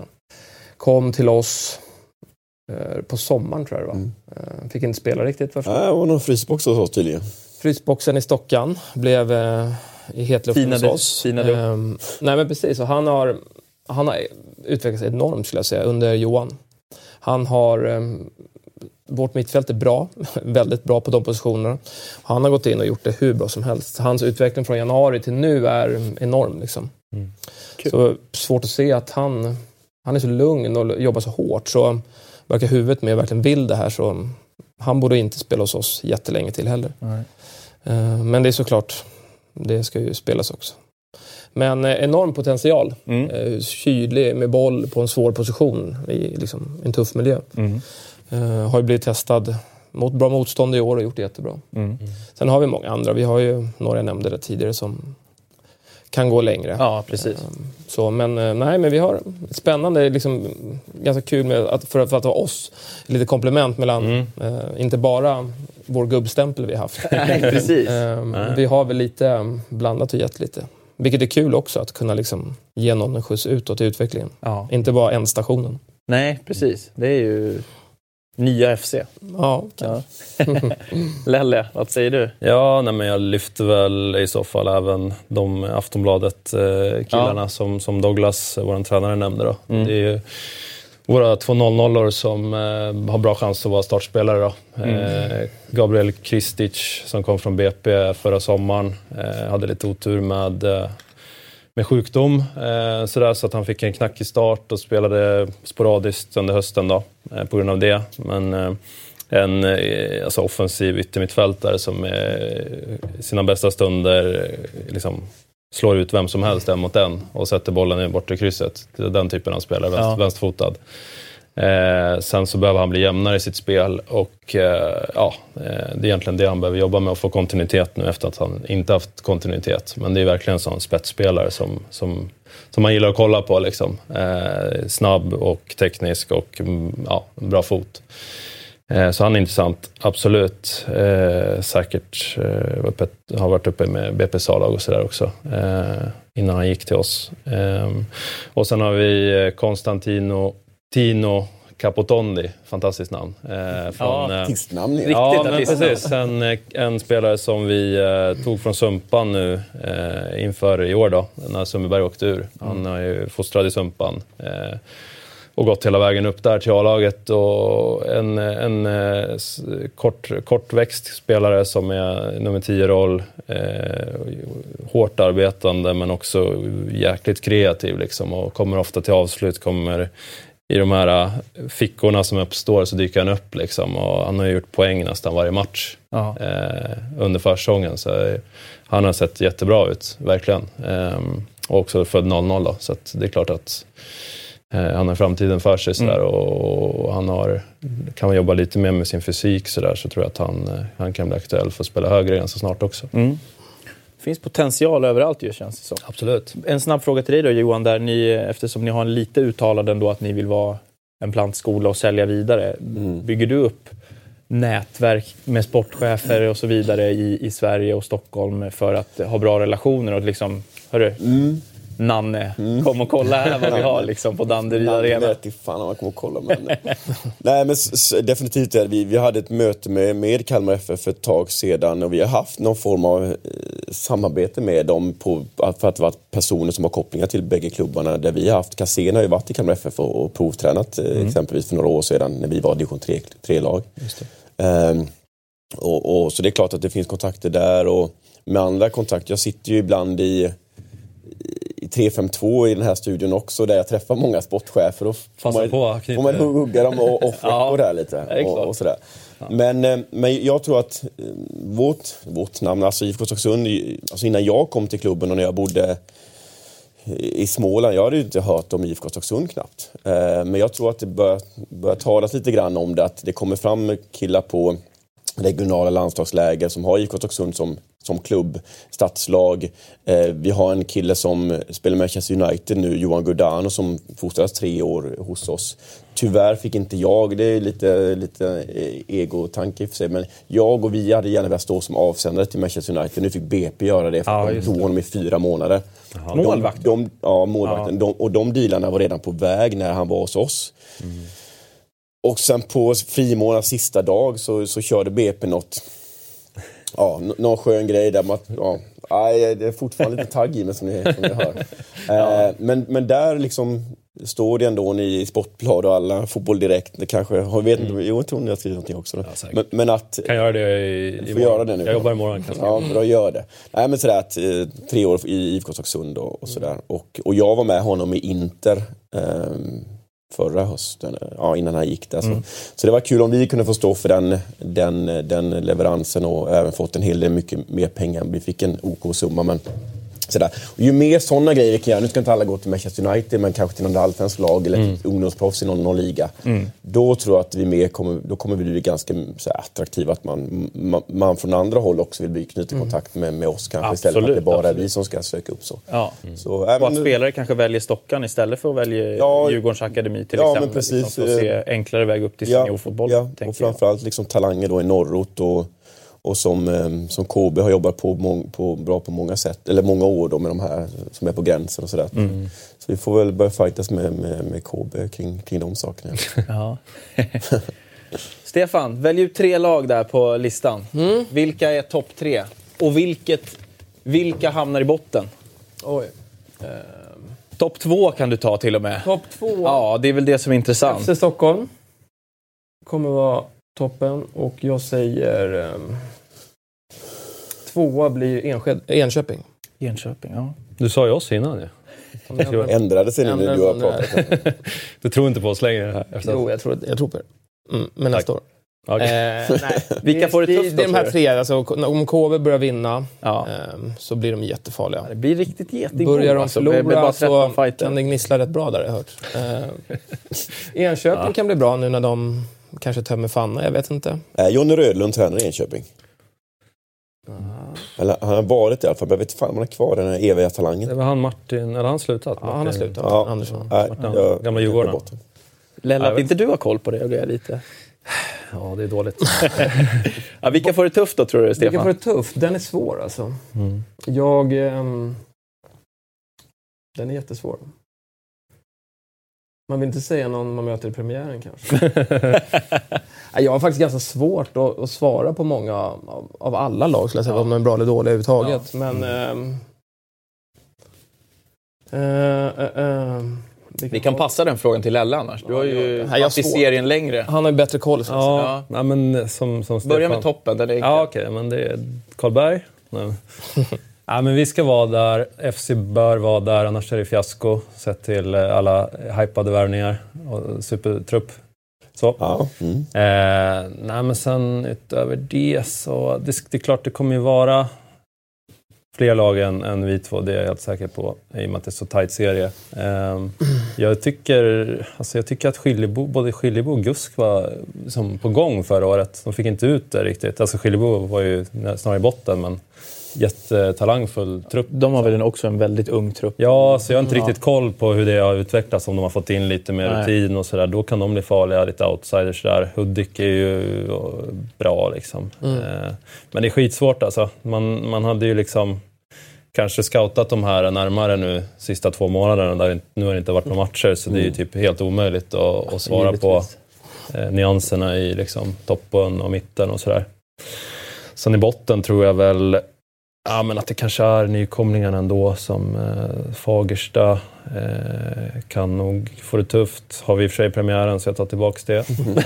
Kom till oss på sommaren tror jag det var. Fick inte spela riktigt. Det var någon frysbox hos oss tydligen. Frysboxen i Stockan blev i hetluften hos oss. Nej men precis, och han har utvecklats enormt skulle jag säga under Johan. Han har vårt mittfält är bra, väldigt bra på de positionerna. Han har gått in och gjort det hur bra som helst. Hans utveckling från januari till nu är enorm liksom. Så svårt att se att han är så lugn och jobbar så hårt, så verkar huvudet med verkligen vill det här, så han borde inte spela hos oss jättelänge till heller. Men det är såklart, det ska ju spelas också. Men enorm potential. Kylig med boll på en svår position i liksom en tuff miljö. Har ju blivit testad mot bra motstånd i år och gjort det jättebra. Sen har vi många andra. Vi har ju några jag nämnde det tidigare som kan gå längre. Ja, precis. Men vi har spännande, liksom, ganska kul med att för att vara oss, lite komplement mellan inte bara vår gubbstämpel vi har haft. Nej, precis. Vi har väl lite blandat och gett lite. Vilket är kul också, att kunna liksom ge någon en skjuts utåt i utvecklingen. Ja. Inte bara en stationen. Nej, precis. Det är ju nya FC. Ja. Lelle, vad säger du? Ja, men jag lyfter väl i så fall även de Aftonbladet killarna som Douglas, vår tränare, nämnde då. Det är ju våra 2-0-0-or som har bra chans att vara startspelare då. Gabriel Kristic som kom från BP förra sommaren hade lite otur med sjukdom sådär, så att han fick en knackig start och spelade sporadiskt under hösten då, på grund av det. Men en offensiv yttermittfältare som i sina bästa stunder liksom slår ut vem som helst en mot en och sätter bollen i bortre krysset. Det är den typen av spelare, vänsterfotad. Sen så behöver han bli jämnare i sitt spel och det är egentligen det han behöver jobba med, att få kontinuitet nu efter att han inte haft kontinuitet. Men det är verkligen en sån spetsspelare som man gillar att kolla på liksom. Snabb och teknisk och bra fot. Så han är intressant, absolut. Säkert har varit uppe med BP's A-lag och sådär också innan han gick till oss. Och sen har vi Tino Capotondi, fantastiskt namn. Artistnamn. Ja, men precis. En spelare som vi tog från Sumpan nu inför i år då, när Sundbyberg åkte ur. Han har ju fostrad i Sumpan. och gått hela vägen upp där till A-laget. Och en kortväxt spelare som är nummer 10-roll. Hårt arbetande men också jäkligt kreativ liksom, och kommer ofta till avslut, kommer i de här fickorna som uppstår så dyker han upp liksom, och han har gjort poäng nästan varje match under försäsongen, så han har sett jättebra ut, verkligen. Och också född 00 då, så att det är klart att han har framtiden för sig sådär, och han kan man jobba lite mer med sin fysik sådär, så tror jag att han kan bli aktuell för att spela högre ganska snart också. Det finns potential överallt ju, känns det så. Absolut. En snabb fråga till dig då, Johan, där eftersom ni har en lite uttalad ändå att ni vill vara en plantskola och sälja vidare. Bygger du upp nätverk med sportchefer och så vidare i Sverige och Stockholm för att ha bra relationer och liksom, hörru, Nanne, kom och kolla här vad vi har liksom på Danderyd Arena. Nanne vet fan om man kommer och kolla med. Nej, men definitivt är vi hade ett möte med Kalmar FF för ett tag sedan, och vi har haft någon form av samarbete med dem för att det var personer som har kopplingar till bägge klubbarna, där vi har haft. Cassén har ju varit i Kalmar FF och provtränat exempelvis för några år sedan när vi var division 3-lag. Just det. Och så det är klart att det finns kontakter där, och med andra kontakter. Jag sitter ju ibland i 352 i den här studion också, där jag träffar många sportchefer, och får man hugga dem och offra där lite och sådär. Ja. Men jag tror att vårt namn, alltså IFK Stocksund, alltså innan jag kom till klubben och när jag bodde i Småland, jag hade ju inte hört om IFK Stocksund knappt. Men jag tror att det börjar talas lite grann om det, att det kommer fram killar på regionala landslagsläger som har IFK Stocksund som klubb, stadslag. Vi har en kille som spelar Manchester United nu, Johan Gurdano, som fostrades 3 år hos oss. Tyvärr fick inte jag, det är lite egotanke i för sig, men jag och vi hade gärna velat stå som avsändare till Manchester United. Nu fick BP göra det för att de tog honom i 4 månader. Målvakten? Målvakten. Och de dealarna var redan på väg när han var hos oss. Och sen på frimånadens sista dag så körde BP någon skön grej där det är fortfarande lite tagg i mig som ni hör. Men där liksom står det ändå i Sportblad och alla Fotboll Direkt, det kanske jag tror ni har skrivit någonting också. Men att kan göra det i göra det nu. Jag jobbar imorgon kanske. Ja, bra, gör det. Nej, men sådär att 3 år i IFK Stocksund och sådär, och jag var med honom i Inter förra hösten, innan han gick där. Så det var kul om vi kunde få stå för den leveransen, och även fått en hel del mycket mer pengar. Vi fick en OK-summa, men sådär. Och ju mer sådana grejer vi kan göra, nu ska inte alla gå till Manchester United, men kanske till någon allsvensk lag eller ungdomsproffs i någon liga. Då tror jag att vi kommer vi bli ganska så attraktiva, att man från andra håll också vill knyta kontakt med oss kanske. Absolut, istället för att det bara är vi som ska söka upp så. Ja. Så att spelare kanske väljer Stockan istället för att välja Djurgårdens akademi till exempel. Men precis. Liksom, för att se enklare väg upp till seniorfotboll. Ja, och framförallt liksom talanger då i norrort och som KB har jobbat bra på många sätt, eller många år då, med de här som är på gränsen och sådär. Så vi får väl börja fightas med KB kring de sakerna. Ja. Stefan, välj ut 3 lag där på listan. Vilka är topp 3? Och vilka hamnar i botten? Oj. Topp 2 kan du ta till och med. Topp 2? Ja, det är väl det som är intressant. FC Stockholm kommer vara toppen, och jag säger 2 blir Enköping. Enköping, ja. Du sa ju oss innan, ja. Ändrade sig nu när du har pratat. Du tror inte på oss längre? Jo, jag tror på det. Men nästa år. Okay. Nej. Vilka får det tufft då? Det är de här 3. Alltså, om KB börjar vinna så blir de jättefarliga. Det blir riktigt jättegod. Börjar de förlora så kan det gnissla rätt bra där, jag har hört. Enköping kan bli bra nu när de kanske tömmer Fanna, jag vet inte. Jonny Rödlund tränar i Enköping. Eller han har varit i alla fall, jag vet inte fan om han är kvar, den här eviga talangen. Det var han Martin, eller han slutat? Ja, han har slutat. Andersson. Gamla Djurgården. Lella, inte du har koll på det? Jag blir lite... Ja, det är dåligt. Vilka får det tufft då, tror du, Stefan? Vilka får det tufft? Den är svår alltså. Den är jättesvår. Man vill inte säga någon man möter i premiären kanske. Jag har faktiskt ganska svårt att svara på många av alla lag, skulle jag säga, om de är bra eller dåliga överhuvudtaget. Men Vi kan passa den frågan till Lelle annars. Du har ju varit i serien längre. Han har ju bättre koll. Ja, men som Stefan. Börja med toppen. Där det är ja, okej. Men det är Karlberg. Nej. Ja, men vi ska vara där. FC bör vara där, annars är det fiasko. Sett till alla hypade värvningar och supertrupp. Så. Ja. Nej, men sen utöver det så... Det är klart det kommer ju vara fler lag än vi två. Det är jag helt säker på. I och med att det är så tajt serie. Jag tycker att både Skiljebo och Gusk var liksom på gång förra året. De fick inte ut det riktigt. Alltså Skiljebo var ju snarare i botten, men jättetalangfull trupp. De har väl också en väldigt ung trupp. Ja, så jag har inte riktigt koll på hur det har utvecklats, om de har fått in lite mer rutin och sådär. Då kan de bli farliga, lite outsiders där. Hudik är ju bra liksom. Men det är skitsvårt alltså. Man hade ju liksom kanske scoutat de här närmare nu sista 2 månaderna. Där nu har det inte varit några matcher, så det är ju typ helt omöjligt att svara på nyanserna i liksom toppen och mitten och sådär. Sen i botten tror jag väl men att det kanske är nykomlingarna ändå, som Fagersta kan nog få det tufft. Har vi i och för sig premiären, så jag tar tillbaka det.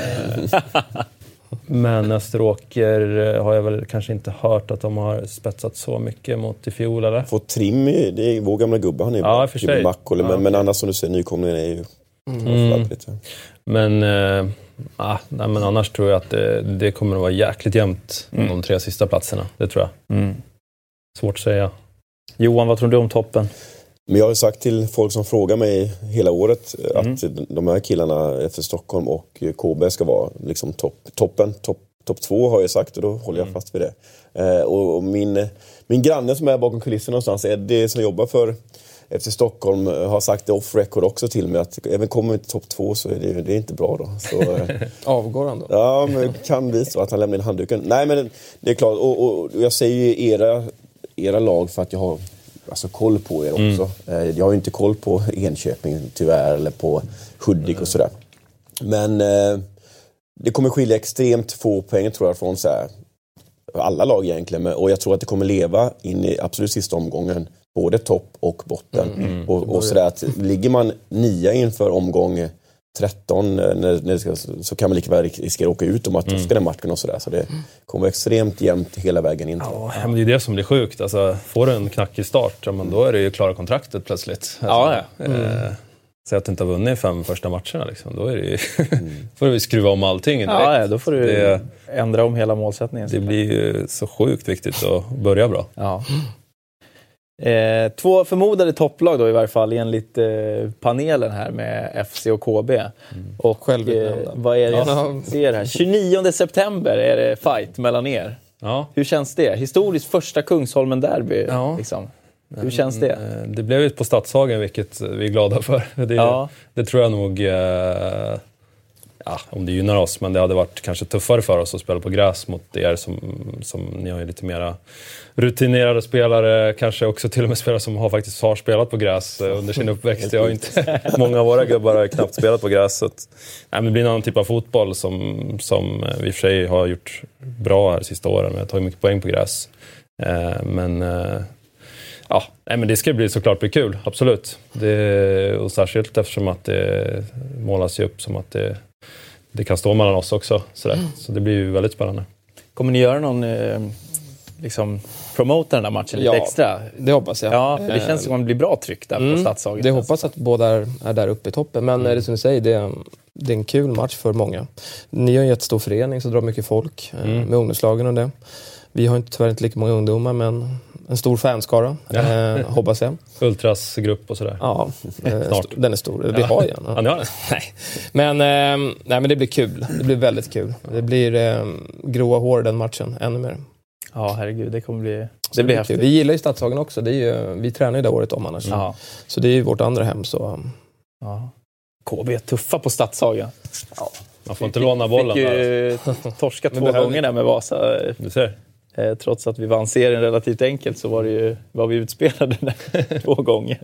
Men Österåker har jag väl kanske inte hört att de har spetsat så mycket mot i fjol, eller? Få Trim, det är vår gamla gubbe, han är bra. Typ Mackole, men annars som du säger, nykomlingen är ju Men nej, men annars tror jag att det kommer att vara jäkligt jämnt de 3 sista platserna. Det tror jag. Svårt att säga. Johan, vad tror du om toppen? Men jag har sagt till folk som frågar mig hela året att de här killarna efter Stockholm och KB ska vara liksom toppen. Topp 2 har jag sagt, och då håller jag fast vid det. Och min granne som är bakom kulisserna någonstans, är det som jobbar för efter Stockholm, har sagt det off record också till mig, att även kommer vi till topp 2 så är det är inte bra då. Så, avgår han då? Ja, men kan bli så att han lämnar in handduken. Nej, men det är klart. Och jag säger ju era lag för att jag har koll på er också. Jag har ju inte koll på Enköping tyvärr, eller på Hudik och sådär. Men det kommer skilja extremt få poäng, tror jag, från så här, alla lag egentligen. Och jag tror att det kommer leva in i absolut sista omgången, både topp och botten. Och sådär, att ligger man 9 inför omgång 13 så kan man lika väl riskera att åka ut om att torska den matchen och sådär. Så det kommer extremt jämnt hela vägen in. Ja, men det är det som blir sjukt. Alltså, får du en knackig start, men då är det ju klara kontraktet plötsligt. Alltså, så att du inte har vunnit 5 första matcherna. Liksom. Då är det ju får du skruva om allting direkt. Ja, då får du ändra om hela målsättningen. Det blir ju så sjukt viktigt att börja bra. Ja. 2 förmodade topplag då i varje fall, enligt panelen här med FC och KB. Och vad är det jag ser här? 29 september är det fight mellan er. Ja. Hur känns det? Historiskt första Kungsholmen-derby. Ja. Liksom. Hur känns det? Det blev ju på Stadshagen, vilket vi är glada för. Det tror jag nog... om det gynnar oss, men det hade varit kanske tuffare för oss att spela på gräs mot er som ni har ju lite mera rutinerade spelare, kanske också till och med spelare som faktiskt har spelat på gräs under sin uppväxt. Jag har inte, många av våra gubbar har knappt spelat på gräs, så att, det blir en annan typ av fotboll som vi i och för sig har gjort bra här de sista åren, och jag har tagit mycket poäng på gräs. Men det ska bli såklart bli kul, absolut. Och särskilt eftersom att det målas ju upp som att det kan stå mellan oss också. Så det blir ju väldigt spännande. Kommer ni göra någon promota den där matchen lite extra? Det hoppas jag. Ja, för det känns som att det blir bra tryck där på Stadshagen. Det hoppas att båda är där uppe i toppen. Men det som du säger, det är en kul match för många. Ni har en jättestor förening, så drar mycket folk med ungdomslagen och det. Vi har tyvärr inte lika många ungdomar, men en stor fanskara, hoppas jag. Ultrasgrupp och sådär. Ja, den är stor. Vi har ju en. Ja, ni har det. Men det blir kul. Det blir väldigt kul. Det blir gråa hår den matchen, ännu mer. Ja, herregud, det kommer bli... Det blir häftigt. Vi gillar ju Stadshagen också. Det är ju, vi tränar ju där året om annars. Ja. Så det är ju vårt andra hem. Så. Ja. KB är tuffa på Stadshagen. Ja. Man får inte låna bollen. Fick ju torska 2 gånger där med Vasa. Du ser. Trots att vi vann serien relativt enkelt, så var vi utspelade 2 gånger.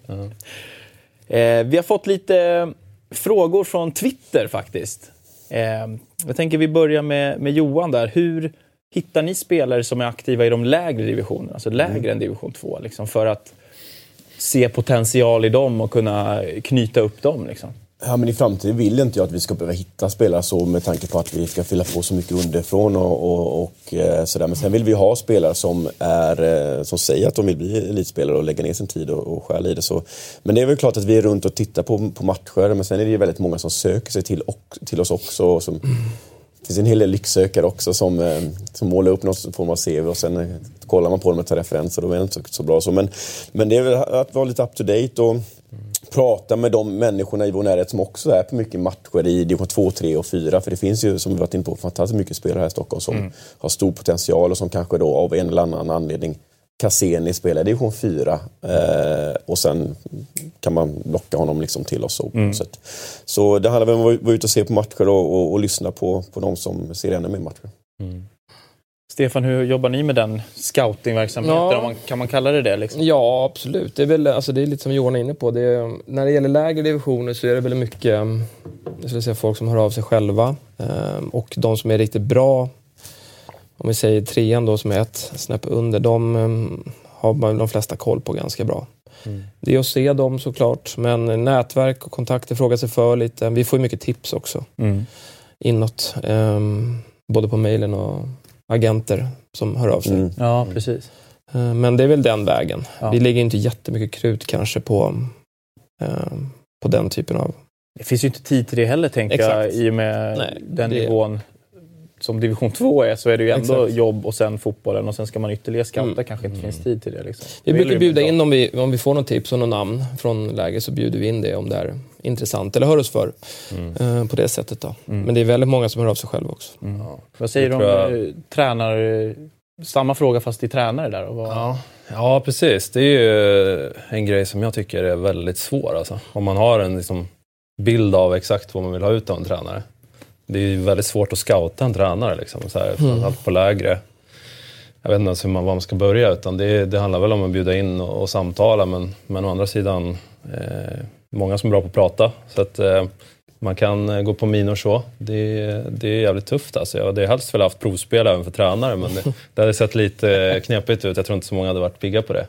Vi har fått lite frågor från Twitter faktiskt. Jag tänker vi börjar med Johan där. Hur hittar ni spelare som är aktiva i de lägre divisionerna, alltså lägre än division 2, liksom, för att se potential i dem och kunna knyta upp dem liksom. Ja, men i framtiden vill inte jag att vi ska behöva hitta spelare så med tanke på att vi ska fylla på så mycket underifrån och sådär. Men sen vill vi ha spelare som säger att de vill bli elitspelare och lägga ner sin tid och stjäla i det. Så. Men det är väl klart att vi är runt och tittar på matcher, men sen är det ju väldigt många som söker sig till oss också. Det finns en hel del lycksökare också som målar upp någon form av CV och sen kollar man på dem och tar referenser, då är det inte så bra så. Men det är väl att vara lite up to date och prata med de människorna i vår närhet som också är på mycket matcher i division 2, 3 och 4. För det finns ju, som vi varit in på, fantastiskt mycket spelare här i Stockholm som har stor potential och som kanske då av en eller annan anledning Cassini spelar i division 4 och sen kan man locka honom liksom till oss. Så det handlar väl om att vara ute och se på matcher och lyssna på de som ser ännu mer matcher. Stefan, hur jobbar ni med den scoutingverksamheten? Kan man kalla det liksom? Ja, absolut. Det är väl, alltså det är lite som Johan är inne på. När det gäller lägre divisioner så är det väl mycket jag skulle säga, folk som hör av sig själva. Och de som är riktigt bra, om vi säger 3:an då som är ett snäpp under, de har man de flesta koll på ganska bra. Det är att se dem såklart, men nätverk och kontakter frågar sig för lite. Vi får ju mycket tips också inåt, både på mejlen och agenter som hör av sig. Ja, precis. Men det är väl den vägen. Vi lägger inte jättemycket krut kanske på den typen av... Det finns ju inte tid till det heller, tänker jag, i och med nivån som division 2 är, så är det ju ändå jobb och sen fotbollen och sen ska man ytterligare scouta, kanske inte finns tid till det liksom. Vi brukar bjuda in om vi får någon tips och någon namn från läger, så bjuder vi in det om det är intressant eller hör oss för på det sättet då. Men det är väldigt många som hör av sig själv också. Vad säger du om tränare? Samma fråga fast till tränare där. Ja, precis. Det är ju en grej som jag tycker är väldigt svår. Alltså. Om man har en liksom, bild av exakt vad man vill ha ut av en tränare. Det är ju väldigt svårt att scouta en tränare. Liksom, så här, allt på lägre. Jag vet inte ens var man ska börja. Utan det handlar väl om att bjuda in och samtala. Men å andra sidan, många som är bra på att prata. Så att man kan gå på minor så. Det är jävligt tufft. Alltså. Jag hade helst väl haft provspel även för tränare. Men det hade sett lite knepigt ut. Jag tror inte så många hade varit pigga på det.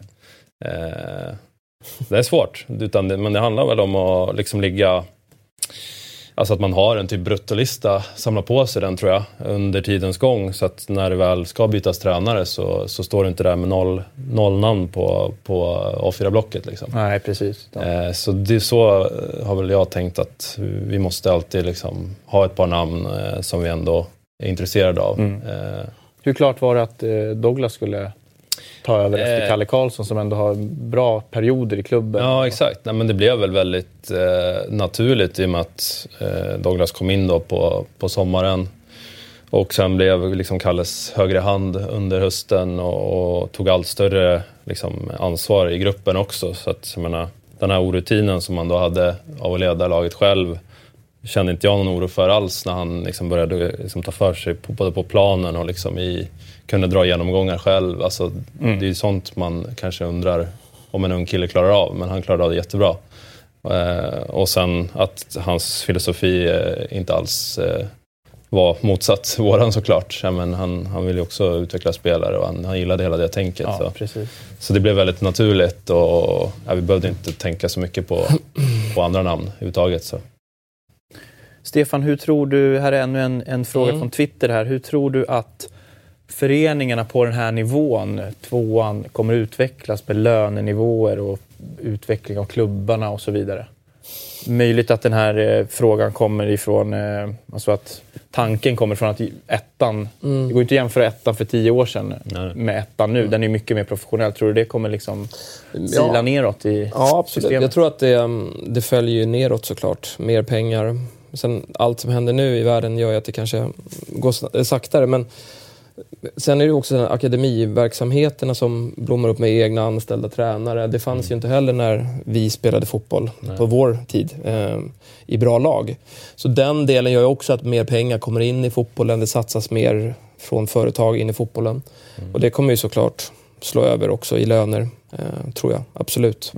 Det är svårt. Men det handlar väl om att liksom ligga... Alltså att man har en typ bruttolista, samla på sig den tror jag under tidens gång, så att när det väl ska bytas tränare så står det inte där med noll namn på A4-blocket liksom. Nej, precis. Ja. Så det är så har väl jag tänkt att vi måste alltid liksom ha ett par namn som vi ändå är intresserade av. Hur klart var det att Douglas skulle ta över efter Kalle Karlsson som ändå har bra perioder i klubben? Ja, exakt. Nej, men det blev väl väldigt naturligt i och med att Douglas kom in då på sommaren. Och sen blev liksom Kalles högre hand under hösten och tog allt större liksom, ansvar i gruppen också. Så att jag menar, den här orutinen som man då hade av att leda laget själv kände inte jag någon oro för alls när han liksom började liksom ta för sig både på planen och liksom kunde dra genomgångar själv. Alltså, det är ju sånt man kanske undrar om en ung kille klarar av, men han klarade av det jättebra. Och sen att hans filosofi inte alls var motsatt våran såklart. Ja, men han ville också utveckla spelare och han gillade hela det tänket. Ja, så det blev väldigt naturligt och vi behövde inte tänka så mycket på andra namn överhuvudtaget. Så. Stefan, hur tror du, här är ännu en fråga från Twitter här, hur tror du att föreningarna på den här nivån, 2:an, kommer utvecklas med lönenivåer och utveckling av klubbarna och så vidare? Möjligt att den här frågan kommer ifrån, alltså att tanken kommer från att 1:an, det går inte att jämföra 1:an för 10 år sedan med 1:an nu, den är mycket mer professionell. Tror du det kommer liksom sila neråt i absolut. systemet? Jag tror att det följer ju neråt såklart, mer pengar. Sen allt som händer nu i världen gör ju att det kanske går saktare, men sen är det också akademiverksamheterna som blommar upp med egna anställda tränare. Det fanns ju inte heller när vi spelade fotboll på vår tid i bra lag. Så den delen gör ju också att mer pengar kommer in i fotbollen. Det satsas mer från företag in i fotbollen. Och det kommer ju såklart slå över också i löner, tror jag. Absolut.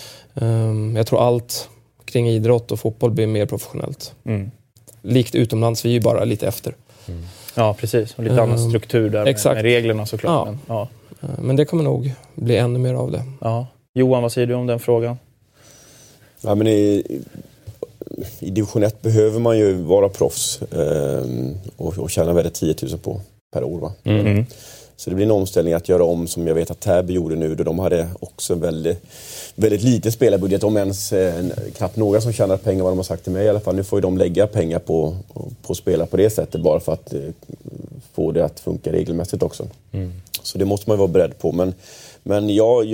Jag tror allt kring idrott och fotboll blir mer professionellt. Likt utomlands, vi är ju bara lite efter. Ja, precis. Och lite annan struktur där med reglerna såklart. Ja. Men det kommer nog bli ännu mer av det. Ja. Johan, vad säger du om den frågan? Ja, men i division 1 behöver man ju vara proffs och tjäna väldigt 10 000 på per år. Va? Mm. Så det blir en omställning att göra om som jag vet att Täby gjorde nu, då de hade också en väldigt liten spelarbudget, om ens knappt några som tjänar pengar, vad de har sagt till mig i alla fall. Nu får ju de lägga pengar på spela på det sättet bara för att få det att funka regelmässigt också. Mm. Så det måste man ju vara beredd på. Men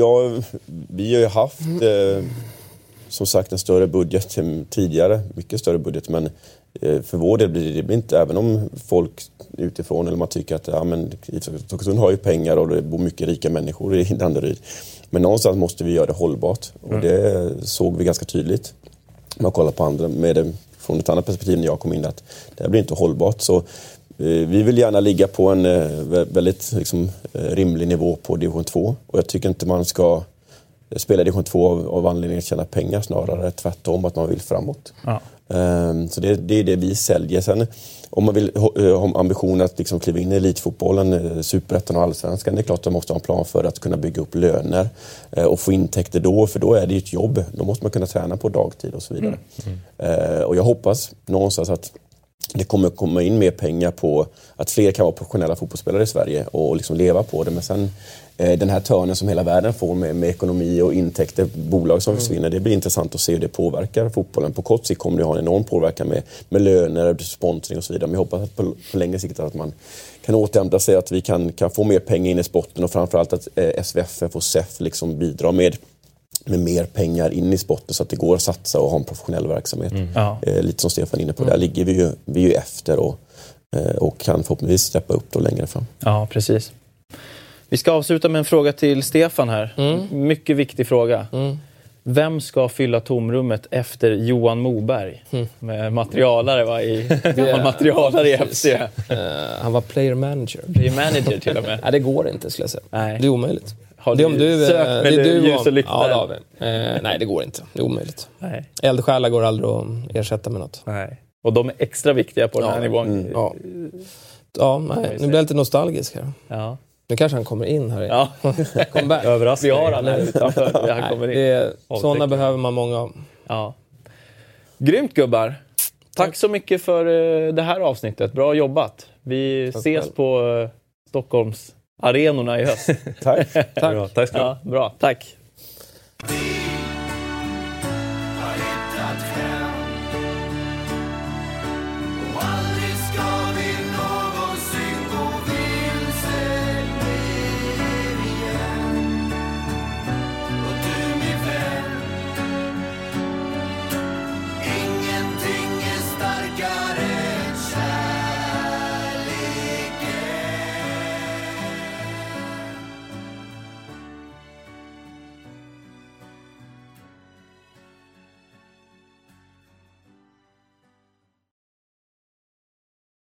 vi har ju haft som sagt en större budget tidigare, mycket större budget, men för vår del blir det inte, även om folk utifrån eller man tycker att Stockholmsund har ju pengar och det bor mycket rika människor i Danderyd. Men någonstans måste vi göra det hållbart och det såg vi ganska tydligt. Man kollar på andra från ett annat perspektiv när jag kom in att det blir inte hållbart. Så vi vill gärna ligga på en väldigt rimlig nivå på division 2 och jag tycker inte man ska spela division 2 av anledning att tjäna pengar, snarare tvärtom att man vill framåt. Ja. Så det är det vi säljer. Sen om man vill ha ambitionen att kliva in i elitfotbollen, superettan och allsvenskan, det är klart att man måste ha en plan för att kunna bygga upp löner och få intäkter då, för då är det ju ett jobb. Då måste man kunna träna på dagtid och så vidare. Och jag hoppas någonstans att det kommer komma in mer pengar på att fler kan vara professionella fotbollsspelare i Sverige och leva på det. Men sen den här törnen som hela världen får med ekonomi och intäkter, bolag som försvinner, det blir intressant att se hur det påverkar fotbollen. På kort sikt kommer det ha en enorm påverkan med löner, sponsring och så vidare. Men jag hoppas att på längre sikt att man kan återhämta sig, att vi kan få mer pengar in i sporten och framförallt att SVFF och SEF bidrar med mer pengar in i sporten så att det går att satsa och ha en professionell verksamhet. Lite som Stefan är inne på, där ligger vi ju efter och kan förhoppningsvis steppa upp då längre fram. Ja, precis. Vi ska avsluta med en fråga till Stefan här. Mycket viktig fråga. Vem ska fylla tomrummet efter Johan Moberg? Med materialare materialare i FC. Han var player manager. Player manager till och med. Nej, det går inte skulle jag säga. Nej. Det är omöjligt. Har du sökt med ljus och lykta? Ja, det har vi. Nej, det går inte. Det är omöjligt. Nej. Eldsjälar går aldrig att ersätta med något. Nej. Och de är extra viktiga på den här nivån. Nej. Nu blir jag lite nostalgisk här. Ja. Nu kanske han kommer in här. Ja. Vi har han här utanför. Han kommer in. Sådana behöver man många av. Ja. Grymt, gubbar. Tack så mycket för det här avsnittet. Bra jobbat. Vi ses på Stockholms arenorna i höst. Tack. Tack. Bra, tack.